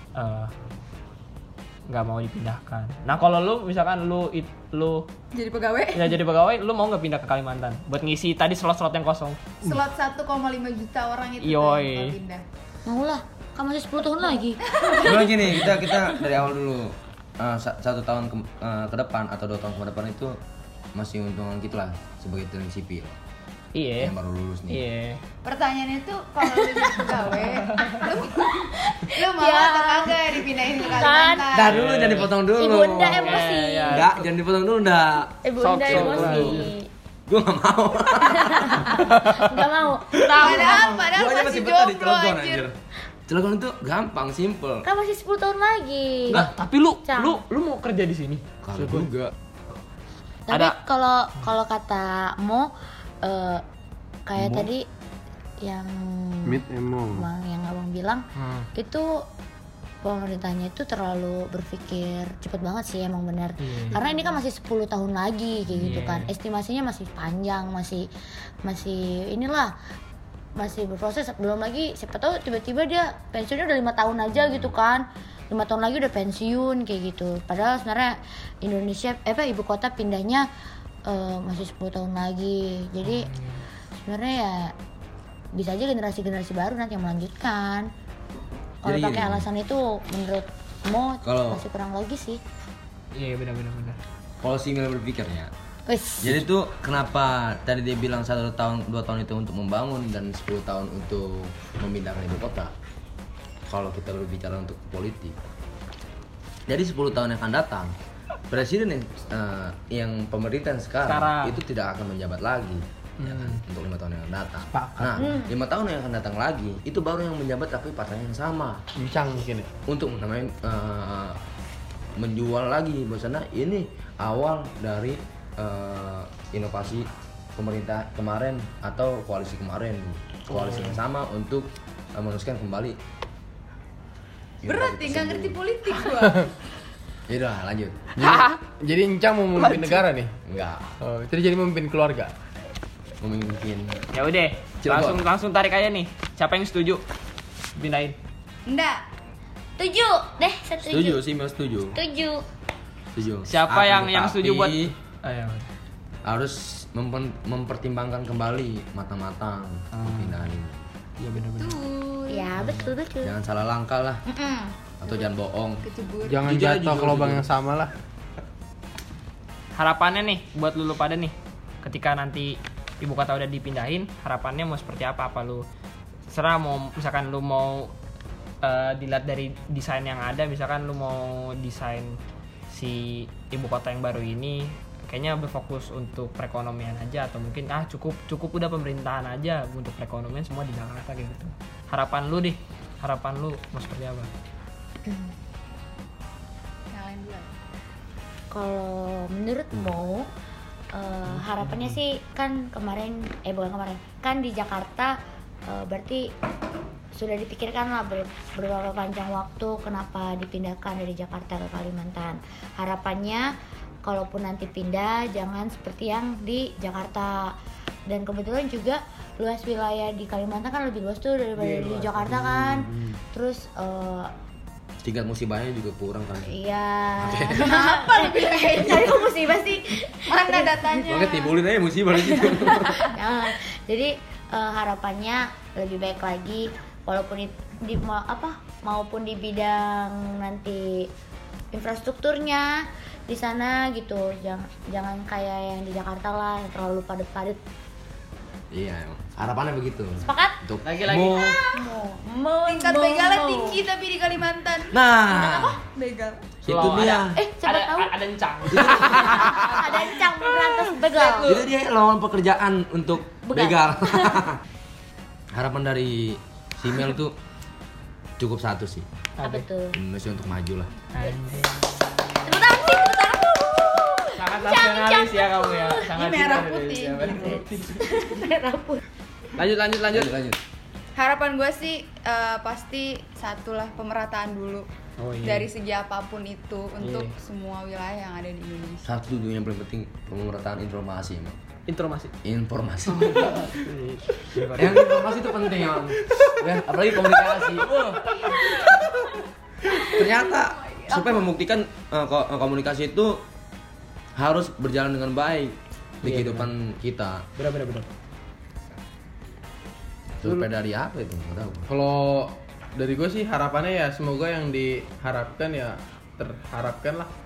nggak mau dipindahkan. Nah kalau lu misalkan lu jadi pegawai? Ya jadi pegawai, lu mau nggak pindah ke Kalimantan buat ngisi tadi slot-slot yang kosong? Slot 1,5 juta orang itu mau pindah. Mau lah, kan masih 10 tahun lagi. Gimana gini, kita dari awal dulu 1 tahun ke depan atau 2 tahun ke depan itu masih untungan kita lah sebagai teknik sipil. Iya. Yang baru lulus nih. Iya. Pertanyaannya tuh kalau lu jadi pegawai, lu mau atau kagak dipindahin ke Kalimantan? Dah dulu jangan dipotong dulu. Ibu Unda emosi. Enggak, jangan dipotong dulu dah. Ibu Unda emosi. Gue nggak mau. Nggak mau. Padahal Gue aja masih betah di jomblo Cilegon anjir. anjir. Cilegon itu gampang, simple. Kan masih 10 tahun lagi. Nah, tapi lu Cang. mau kerja di sini? Kalau juga. Tapi Ada. kalau kata Mo kayak tadi yang Bang yang abang bilang itu pemerintahnya itu terlalu berpikir cepet banget sih, emang benar. Karena ini kan masih 10 tahun lagi kayak gitu kan. Estimasinya masih panjang, masih inilah masih berproses. Belum lagi siapa tahu tiba-tiba dia pensiunnya udah 5 tahun aja gitu kan. 5 tahun lagi udah pensiun kayak gitu. Padahal sebenarnya Indonesia ibu kota pindahnya masih 10 tahun lagi. Jadi sebenarnya ya bisa aja generasi baru nanti yang melanjutkan. Kalau Jadi pakai gini. alasan itu menurut Mo Kalau- masih kurang logis sih. Iya benar. Kalau simil berpikirnya. Wis. Jadi tuh kenapa tadi dia bilang 1 tahun 2 tahun itu untuk membangun dan 10 tahun untuk memindahkan ibu kota. Kalau kita berbicara untuk politik. Jadi 10 tahun yang akan datang, presiden yang pemerintahan sekarang itu tidak akan menjabat lagi. Ya kan, untuk 5 tahun yang akan datang. Nah, 5 tahun yang akan datang lagi itu baru yang menjabat tapi partainya yang sama. Bincang mungkin ya. Untuk namanya menjual lagi bahwasanya ini awal dari inovasi pemerintah kemarin atau koalisi kemarin, koalisi yang sama untuk meneruskan kembali Berat ya, nggak ngerti politik gua. Yaudah lanjut. Jadi Encang mau memimpin negara nih. Enggak. Oh, jadi memimpin keluarga. Memimpin. Ya udah, Cirebon. langsung tarik aja nih. Siapa yang setuju? Pindahin. Enggak. Setuju deh, Setuju sih, Mas, setuju. Setuju. Siapa yang Akan setuju buat tetapi Ayo. harus mempertimbangkan kembali matang-matang pindahan ini. Iya benar-benar. Ya betul. Jangan salah langkah lah. Atau jangan bohong. Kecebur. Jangan Jujur aja, jatuh ke jujur, lubang jujur. yang sama lah. Harapannya nih buat lu pada nih, ketika nanti ibu kota udah dipindahin, harapannya mau seperti apa? Apa lu serah mau misalkan lu mau dilihat dari desain yang ada, misalkan lu mau desain si ibu kota yang baru ini kayaknya berfokus untuk perekonomian aja, atau mungkin cukup udah pemerintahan aja untuk perekonomian semua di Jakarta kayak gitu. Harapan lu mau seperti apa? Yang lain dulu. Kalau menurutmu harapannya sih kan bukan kemarin kan di Jakarta berarti sudah dipikirkan lah beberapa panjang waktu kenapa dipindahkan dari Jakarta ke Kalimantan. Harapannya kalaupun nanti pindah jangan seperti yang di Jakarta. Dan kebetulan juga luas wilayah di Kalimantan kan lebih luas tuh daripada di Jakarta kan. Terus Tingkat musibahnya juga kurang kan. iya. Apa lebih dari musibah sih? Mana datanya? Makanya timbulin aja musibah di situ. Jangan. Jadi harapannya lebih baik lagi walaupun maupun di bidang nanti infrastrukturnya di sana gitu. Jangan kayak yang di Jakarta lah yang terlalu padat-padat. Iya, emang. Harapannya begitu. Sepakat? Untuk Lagi-lagi. Tingkat begalnya tinggi tapi di Kalimantan. Nah, Begal. itu Slow, dia. Siapa tahu ada encang. ada encang berantas begal. Itu dia lowongan pekerjaan untuk Begal. begal. Harapan dari si Mel tuh cukup satu sih. Apa tuh? Indonesia untuk maju lah. Tepuk tangan sih, tepuk tangan. Sangat nasionalis ya kamu ya. Sangat Ini merah cinta putih. Indonesia. Merah putih. Lanjut. Harapan gue sih pasti satulah pemerataan dulu. Oh, iya. Dari segi apapun itu untuk Iya. semua wilayah yang ada di Indonesia. Satu tuh yang paling penting pemerataan informasi emang. Informasi. Informasi. Yang informasi itu penting emang. Ya, apalagi komunikasi. Wah. Ternyata supaya membuktikan komunikasi itu harus berjalan dengan baik di kehidupan kita. Benar. Supaya dari apa itu? Nggak tahu. Kalau dari gue sih harapannya ya semoga yang diharapkan ya terharapkan lah.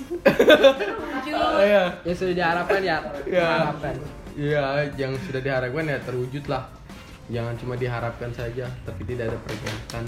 Iya. Yang sudah diharapkan ya. Harapkan. Iya, yang sudah diharapkan ya terwujud lah. Jangan cuma diharapkan saja, tapi tidak ada pergerakan.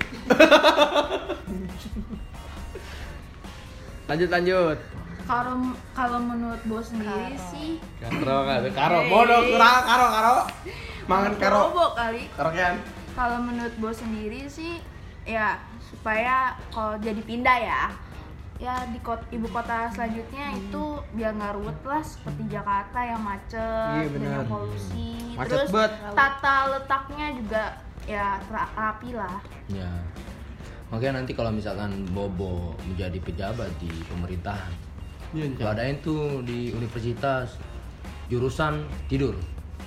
Lanjut. Kalau menurut bos sendiri sih Karo, bodoh, karo. Mangan karo. Robo kali. Karaokean. Kalau menurut bos sendiri sih ya supaya kalau jadi pindah ya di ibu kota selanjutnya itu biar nggak ruwet lah seperti Jakarta yang macet, banyak polusi, Macet terus banget. tata letaknya juga ya rapi lah. Ya. Makanya nanti kalau misalkan Bobo menjadi pejabat di pemerintahan, lo adain tuh di universitas jurusan tidur.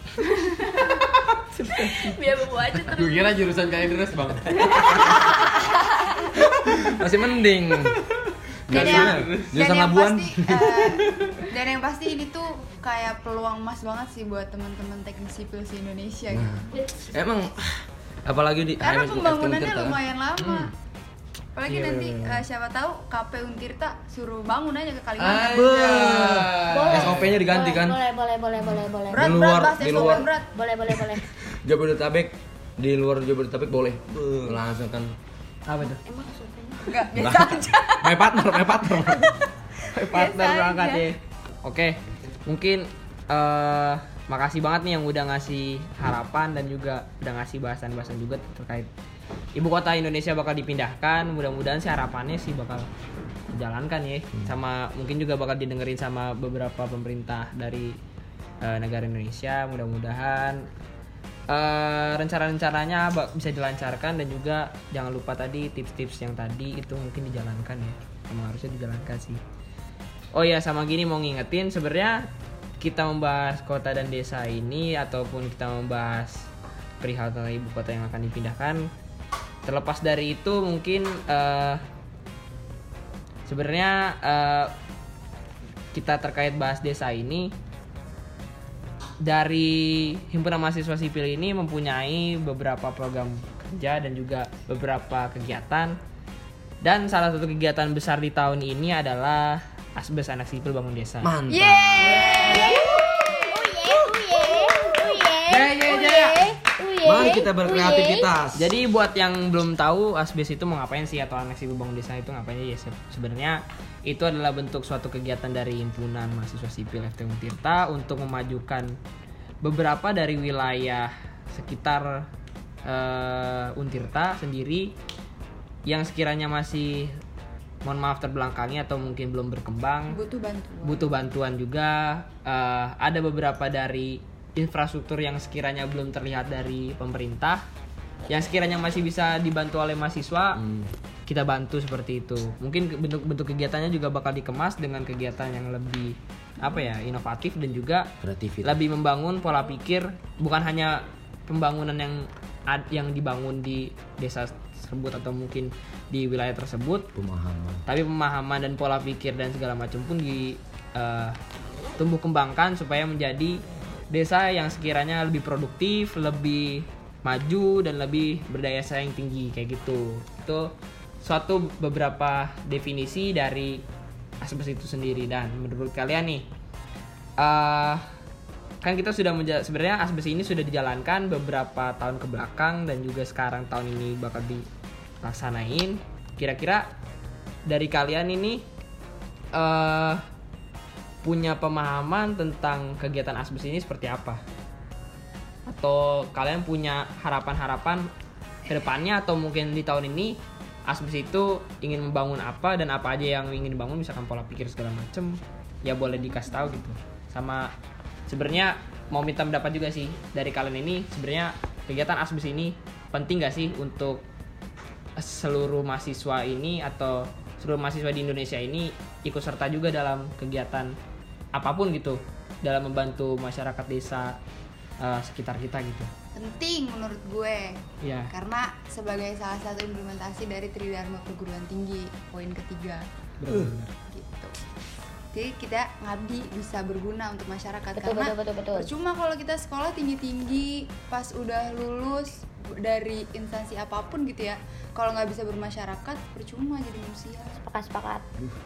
Biar bobo aja terus. Gue kira jurusan kain dress bang. Masih mending. Dan Jurusan yang Labuan. pasti dan yang pasti ini tuh kayak peluang emas banget sih buat teman-teman teknik sipil se Indonesia gitu. Emang apalagi di Karena HMS pembangunannya Untirta kan? lumayan lama. Apalagi Iya, nanti bener-bener. siapa tahu KP Untirta suruh bangun aja ke Ah, Kalimantan. Boleh. SOP-nya diganti kan? Boleh. Berat, Di luar- bahas di SOP luar. berat. Boleh. Jabodetabek di luar Jabodetabek boleh. Langsung kan. Apa tuh? Emang surveinya? Enggak, biasa aja. My partner. Partner Biasa berangkat aja. ya. Oke, mungkin makasih banget nih yang udah ngasih harapan dan juga udah ngasih bahasan-bahasan juga terkait ibu kota Indonesia bakal dipindahkan. Mudah-mudahan sih harapannya sih bakal dijalankan ya. Sama mungkin juga bakal didengerin sama beberapa pemerintah dari negara Indonesia. Mudah-mudahan rencana-rencananya bisa dilancarkan, dan juga jangan lupa tadi tips-tips yang tadi itu mungkin dijalankan ya. Emang harusnya dijalankan sih. Oh ya, sama gini mau ngingetin, sebenarnya kita membahas kota dan desa ini ataupun kita membahas perihal tentang ibu kota yang akan dipindahkan, terlepas dari itu mungkin sebenarnya kita terkait bahas desa ini, dari Himpunan Mahasiswa Sipil ini mempunyai beberapa program kerja dan juga beberapa kegiatan, dan salah satu kegiatan besar di tahun ini adalah Asbes Anak Sipil Bangun Desa. Mantap. Mari kita berkreativitas. Jadi buat yang belum tahu Asbes itu mau ngapain sih, atau Anak Sipil Bangun Desa itu ngapain ya, sebenarnya itu adalah bentuk suatu kegiatan dari Himpunan Mahasiswa Sipil FT Untirta untuk memajukan beberapa dari wilayah sekitar Untirta sendiri yang sekiranya masih, mohon maaf, terbelakangi atau mungkin belum berkembang, butuh bantuan juga. Ada beberapa dari infrastruktur yang sekiranya belum terlihat dari pemerintah, yang sekiranya masih bisa dibantu oleh mahasiswa, kita bantu seperti itu. Mungkin bentuk kegiatannya juga bakal dikemas dengan kegiatan yang lebih inovatif dan juga Kreativitas. lebih membangun pola pikir, bukan hanya pembangunan yang dibangun di desa tersebut atau mungkin di wilayah tersebut, tapi pemahaman dan pola pikir dan segala macam pun tumbuh kembangkan supaya menjadi desa yang sekiranya lebih produktif, lebih maju, dan lebih berdaya saing tinggi kayak gitu. Itu suatu beberapa definisi dari Asbes itu sendiri. Dan menurut kalian nih, kan kita sudah sebenarnya Asbes ini sudah dijalankan beberapa tahun ke belakang dan juga sekarang tahun ini bakal dilaksanain. Kira-kira dari kalian ini punya pemahaman tentang kegiatan Asbes ini seperti apa? Atau kalian punya harapan-harapan ke depannya, atau mungkin di tahun ini Asbes itu ingin membangun apa dan apa aja yang ingin dibangun, misalkan pola pikir segala macem, ya boleh dikasih tahu gitu. Sama sebenarnya mau minta pendapat juga sih dari kalian ini, sebenarnya kegiatan Asbes ini penting gak sih untuk seluruh mahasiswa ini, atau seluruh mahasiswa di Indonesia ini ikut serta juga dalam kegiatan apapun gitu, dalam membantu masyarakat desa sekitar kita gitu. Penting menurut gue. Iya. Karena sebagai salah satu implementasi dari Tridharma Perguruan Tinggi, poin ketiga. Benar. Gitu. Jadi kita ngabdi bisa berguna untuk masyarakat. Betul, karena betul. percuma kalau kita sekolah tinggi-tinggi, pas udah lulus dari instansi apapun gitu ya, kalau nggak bisa bermasyarakat, percuma jadi manusia. Sepakat.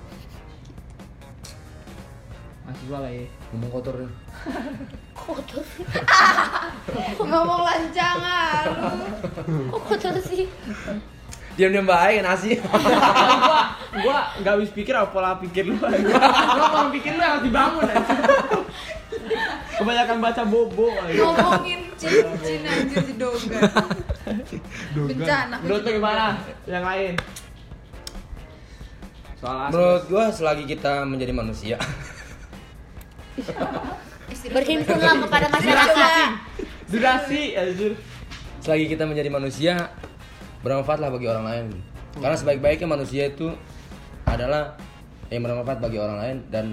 Mahasiswa lah ya. Ngomong kotor nih. Kotor. Ngomong lancangan lu. Kok kotor sih? Diam-diam baik nasi. gua nggak habis pikir apa pola pikir lu. Gua pola pikir lu harus dibangun aja. Kebanyakan baca bobo aja. Ngomongin cincin aja si Dogan. Bencana. Menurut lu gimana? Yang lain? Soal Asbes. Menurut gua selagi kita menjadi manusia, Berhimpunlah kepada masyarakat. Durasi anjir. selagi kita menjadi manusia, bermanfaatlah bagi orang lain. Karena sebaik-baiknya manusia itu adalah yang bermanfaat bagi orang lain dan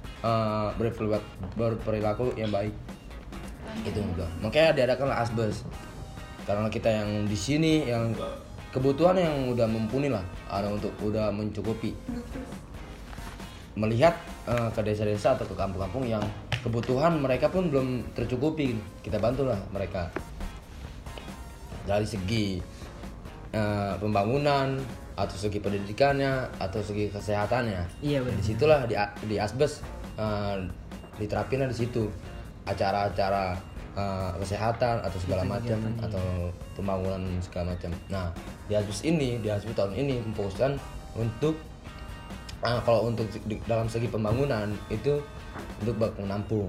berperilaku yang baik. Itu enggak. Makanya diadakanlah Asbes. Karena kita yang di sini yang kebutuhan yang udah mumpuni lah, ada untuk udah mencukupi. Melihat ke desa-desa atau ke kampung-kampung yang kebutuhan mereka pun belum tercukupi, kita bantulah mereka dari segi pembangunan atau segi pendidikannya atau segi kesehatannya. Iya benar. Disitulah di Asbes diterapinlah di situ acara-acara kesehatan atau segala macam atau pembangunan segala macam. Nah di Asbes tahun ini memfokuskan untuk kalau untuk dalam segi pembangunan itu untuk bak penampung.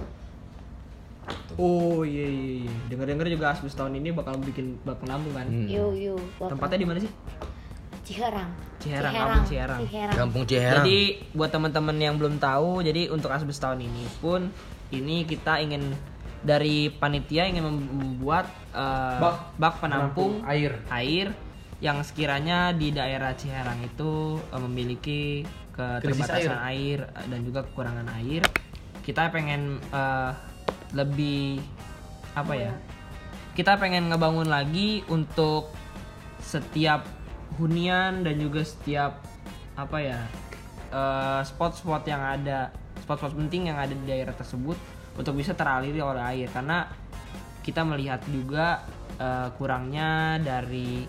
Oh iya. Dengar-dengar juga Asbes tahun ini bakal bikin bak penampung kan? Yuk. Tempatnya di mana sih? Ciherang. Kampung Ciherang. Kampung Ciherang. Jadi buat teman-teman yang belum tahu, jadi untuk Asbes tahun ini pun ini kita ingin dari panitia ingin membuat bak penampung air yang sekiranya di daerah Ciherang itu memiliki keterbatasan air dan juga kekurangan air. Kita pengen lebih apa ya? Kita pengen ngebangun lagi untuk setiap hunian dan juga setiap apa ya? Spot-spot yang ada, spot-spot penting yang ada di daerah tersebut untuk bisa teraliri oleh air, karena kita melihat juga kurangnya dari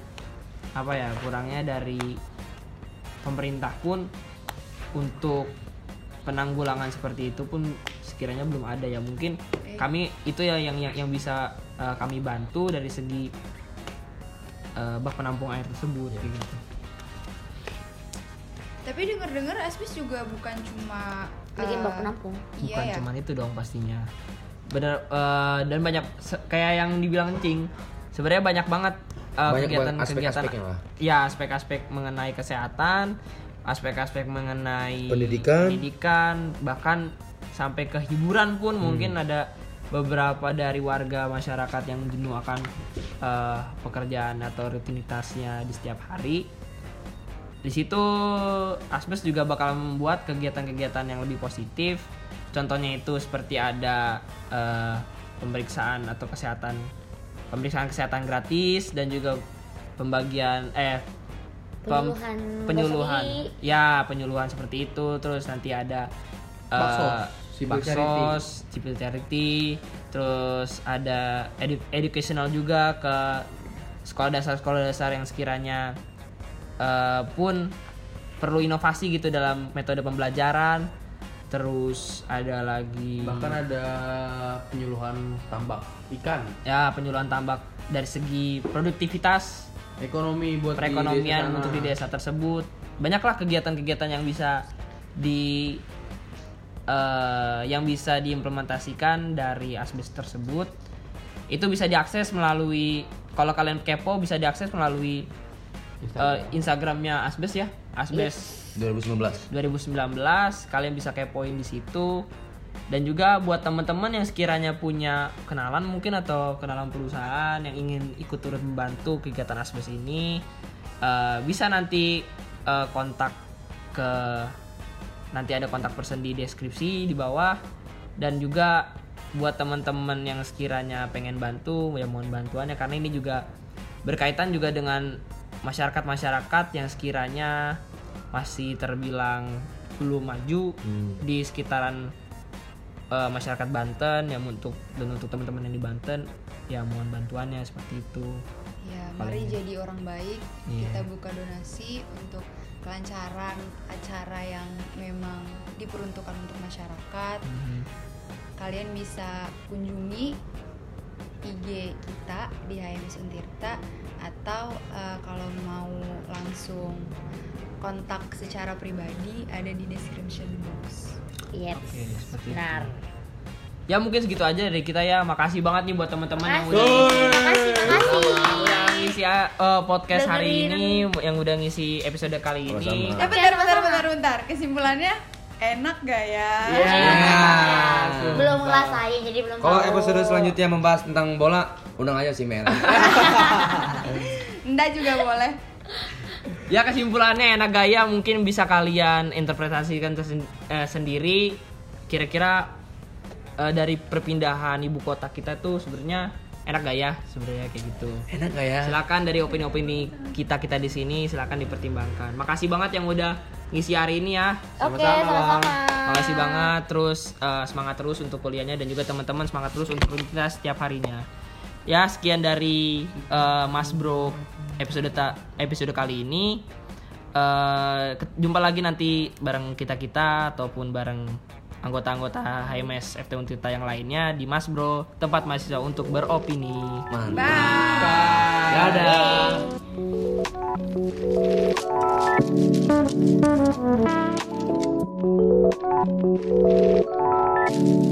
pemerintah pun untuk penanggulangan seperti itu pun sekiranya belum ada ya. Mungkin kami itu ya yang bisa kami bantu dari segi bak penampung air tersebut gitu. Tapi dengar-dengar Asbes juga bukan cuma bikin bak penampung. Bukan cuman itu dong pastinya. Bener, dan banyak kayak yang dibilang Cing. Sebenarnya banyak banget kegiatan-kegiatan. Ya, aspek-aspek mengenai kesehatan, aspek-aspek mengenai pendidikan, bahkan sampai ke hiburan pun mungkin ada beberapa dari warga masyarakat yang jenuh akan pekerjaan atau rutinitasnya di setiap hari. Di situ Asbes juga bakal membuat kegiatan-kegiatan yang lebih positif. Contohnya itu seperti ada pemeriksaan kesehatan gratis dan juga penyuluhan seperti itu. Terus nanti ada baksos, civil charity, terus ada educational juga ke sekolah dasar yang sekiranya pun perlu inovasi gitu dalam metode pembelajaran. Terus ada lagi bahkan ada penyuluhan tambak ikan. Ya, penyuluhan tambak dari segi produktivitas, ekonomi buat perekonomian untuk di desa tersebut. Banyaklah kegiatan-kegiatan yang bisa diimplementasikan dari Asbes tersebut. Itu bisa diakses melalui, kalau kalian kepo bisa diakses melalui Instagramnya Asbes ya, Asbes 2019. Kalian bisa kepoin di situ. Dan juga buat teman-teman yang sekiranya punya kenalan mungkin atau kenalan perusahaan yang ingin ikut turut membantu kegiatan Asbes ini, bisa nanti kontak ke, nanti ada kontak person di deskripsi di bawah. Dan juga buat teman-teman yang sekiranya pengen bantu, ya mohon bantuannya, karena ini juga berkaitan juga dengan masyarakat yang sekiranya masih terbilang belum maju di sekitaran masyarakat Banten ya. Untuk teman-teman yang di Banten ya mohon bantuannya seperti itu. Ya, mari jadi orang baik. Kita buka donasi untuk kelancaran acara yang memang diperuntukkan untuk masyarakat. Kalian bisa kunjungi IG kita di HMS Untirta, atau kalau mau langsung kontak secara pribadi ada di description box. Yes. Oke, seperti Benar. itu. Ya mungkin segitu aja dari kita ya. Makasih banget nih buat teman-teman yang udah ngisi podcast hari ini, yang udah ngisi episode kali ini. Bentar. Kesimpulannya enak gak ya? Belum ngerasain jadi belum tahu. Kalau episode selanjutnya membahas tentang bola, undang aja si Mel. Nda juga boleh. Ya, kesimpulannya enak gaya mungkin bisa kalian interpretasikan sendiri. Kira-kira dari perpindahan ibu kota kita tuh sebenarnya enak gaya sebenarnya kayak gitu. Enak gak ya? Silakan dari opini-opini kita di sini silakan dipertimbangkan. Makasih banget yang udah ngisi hari ini ya. Oke, sama-sama. Makasih banget, terus semangat terus untuk kuliahnya, dan juga teman-teman semangat terus untuk rutinitas setiap harinya. Ya, sekian dari Mas Bro episode kali ini. Jumpa lagi nanti bareng kita ataupun bareng anggota-anggota HMS FT Untirta yang lainnya di Mas Bro, tempat mahasiswa untuk beropini. Bye. Dadah.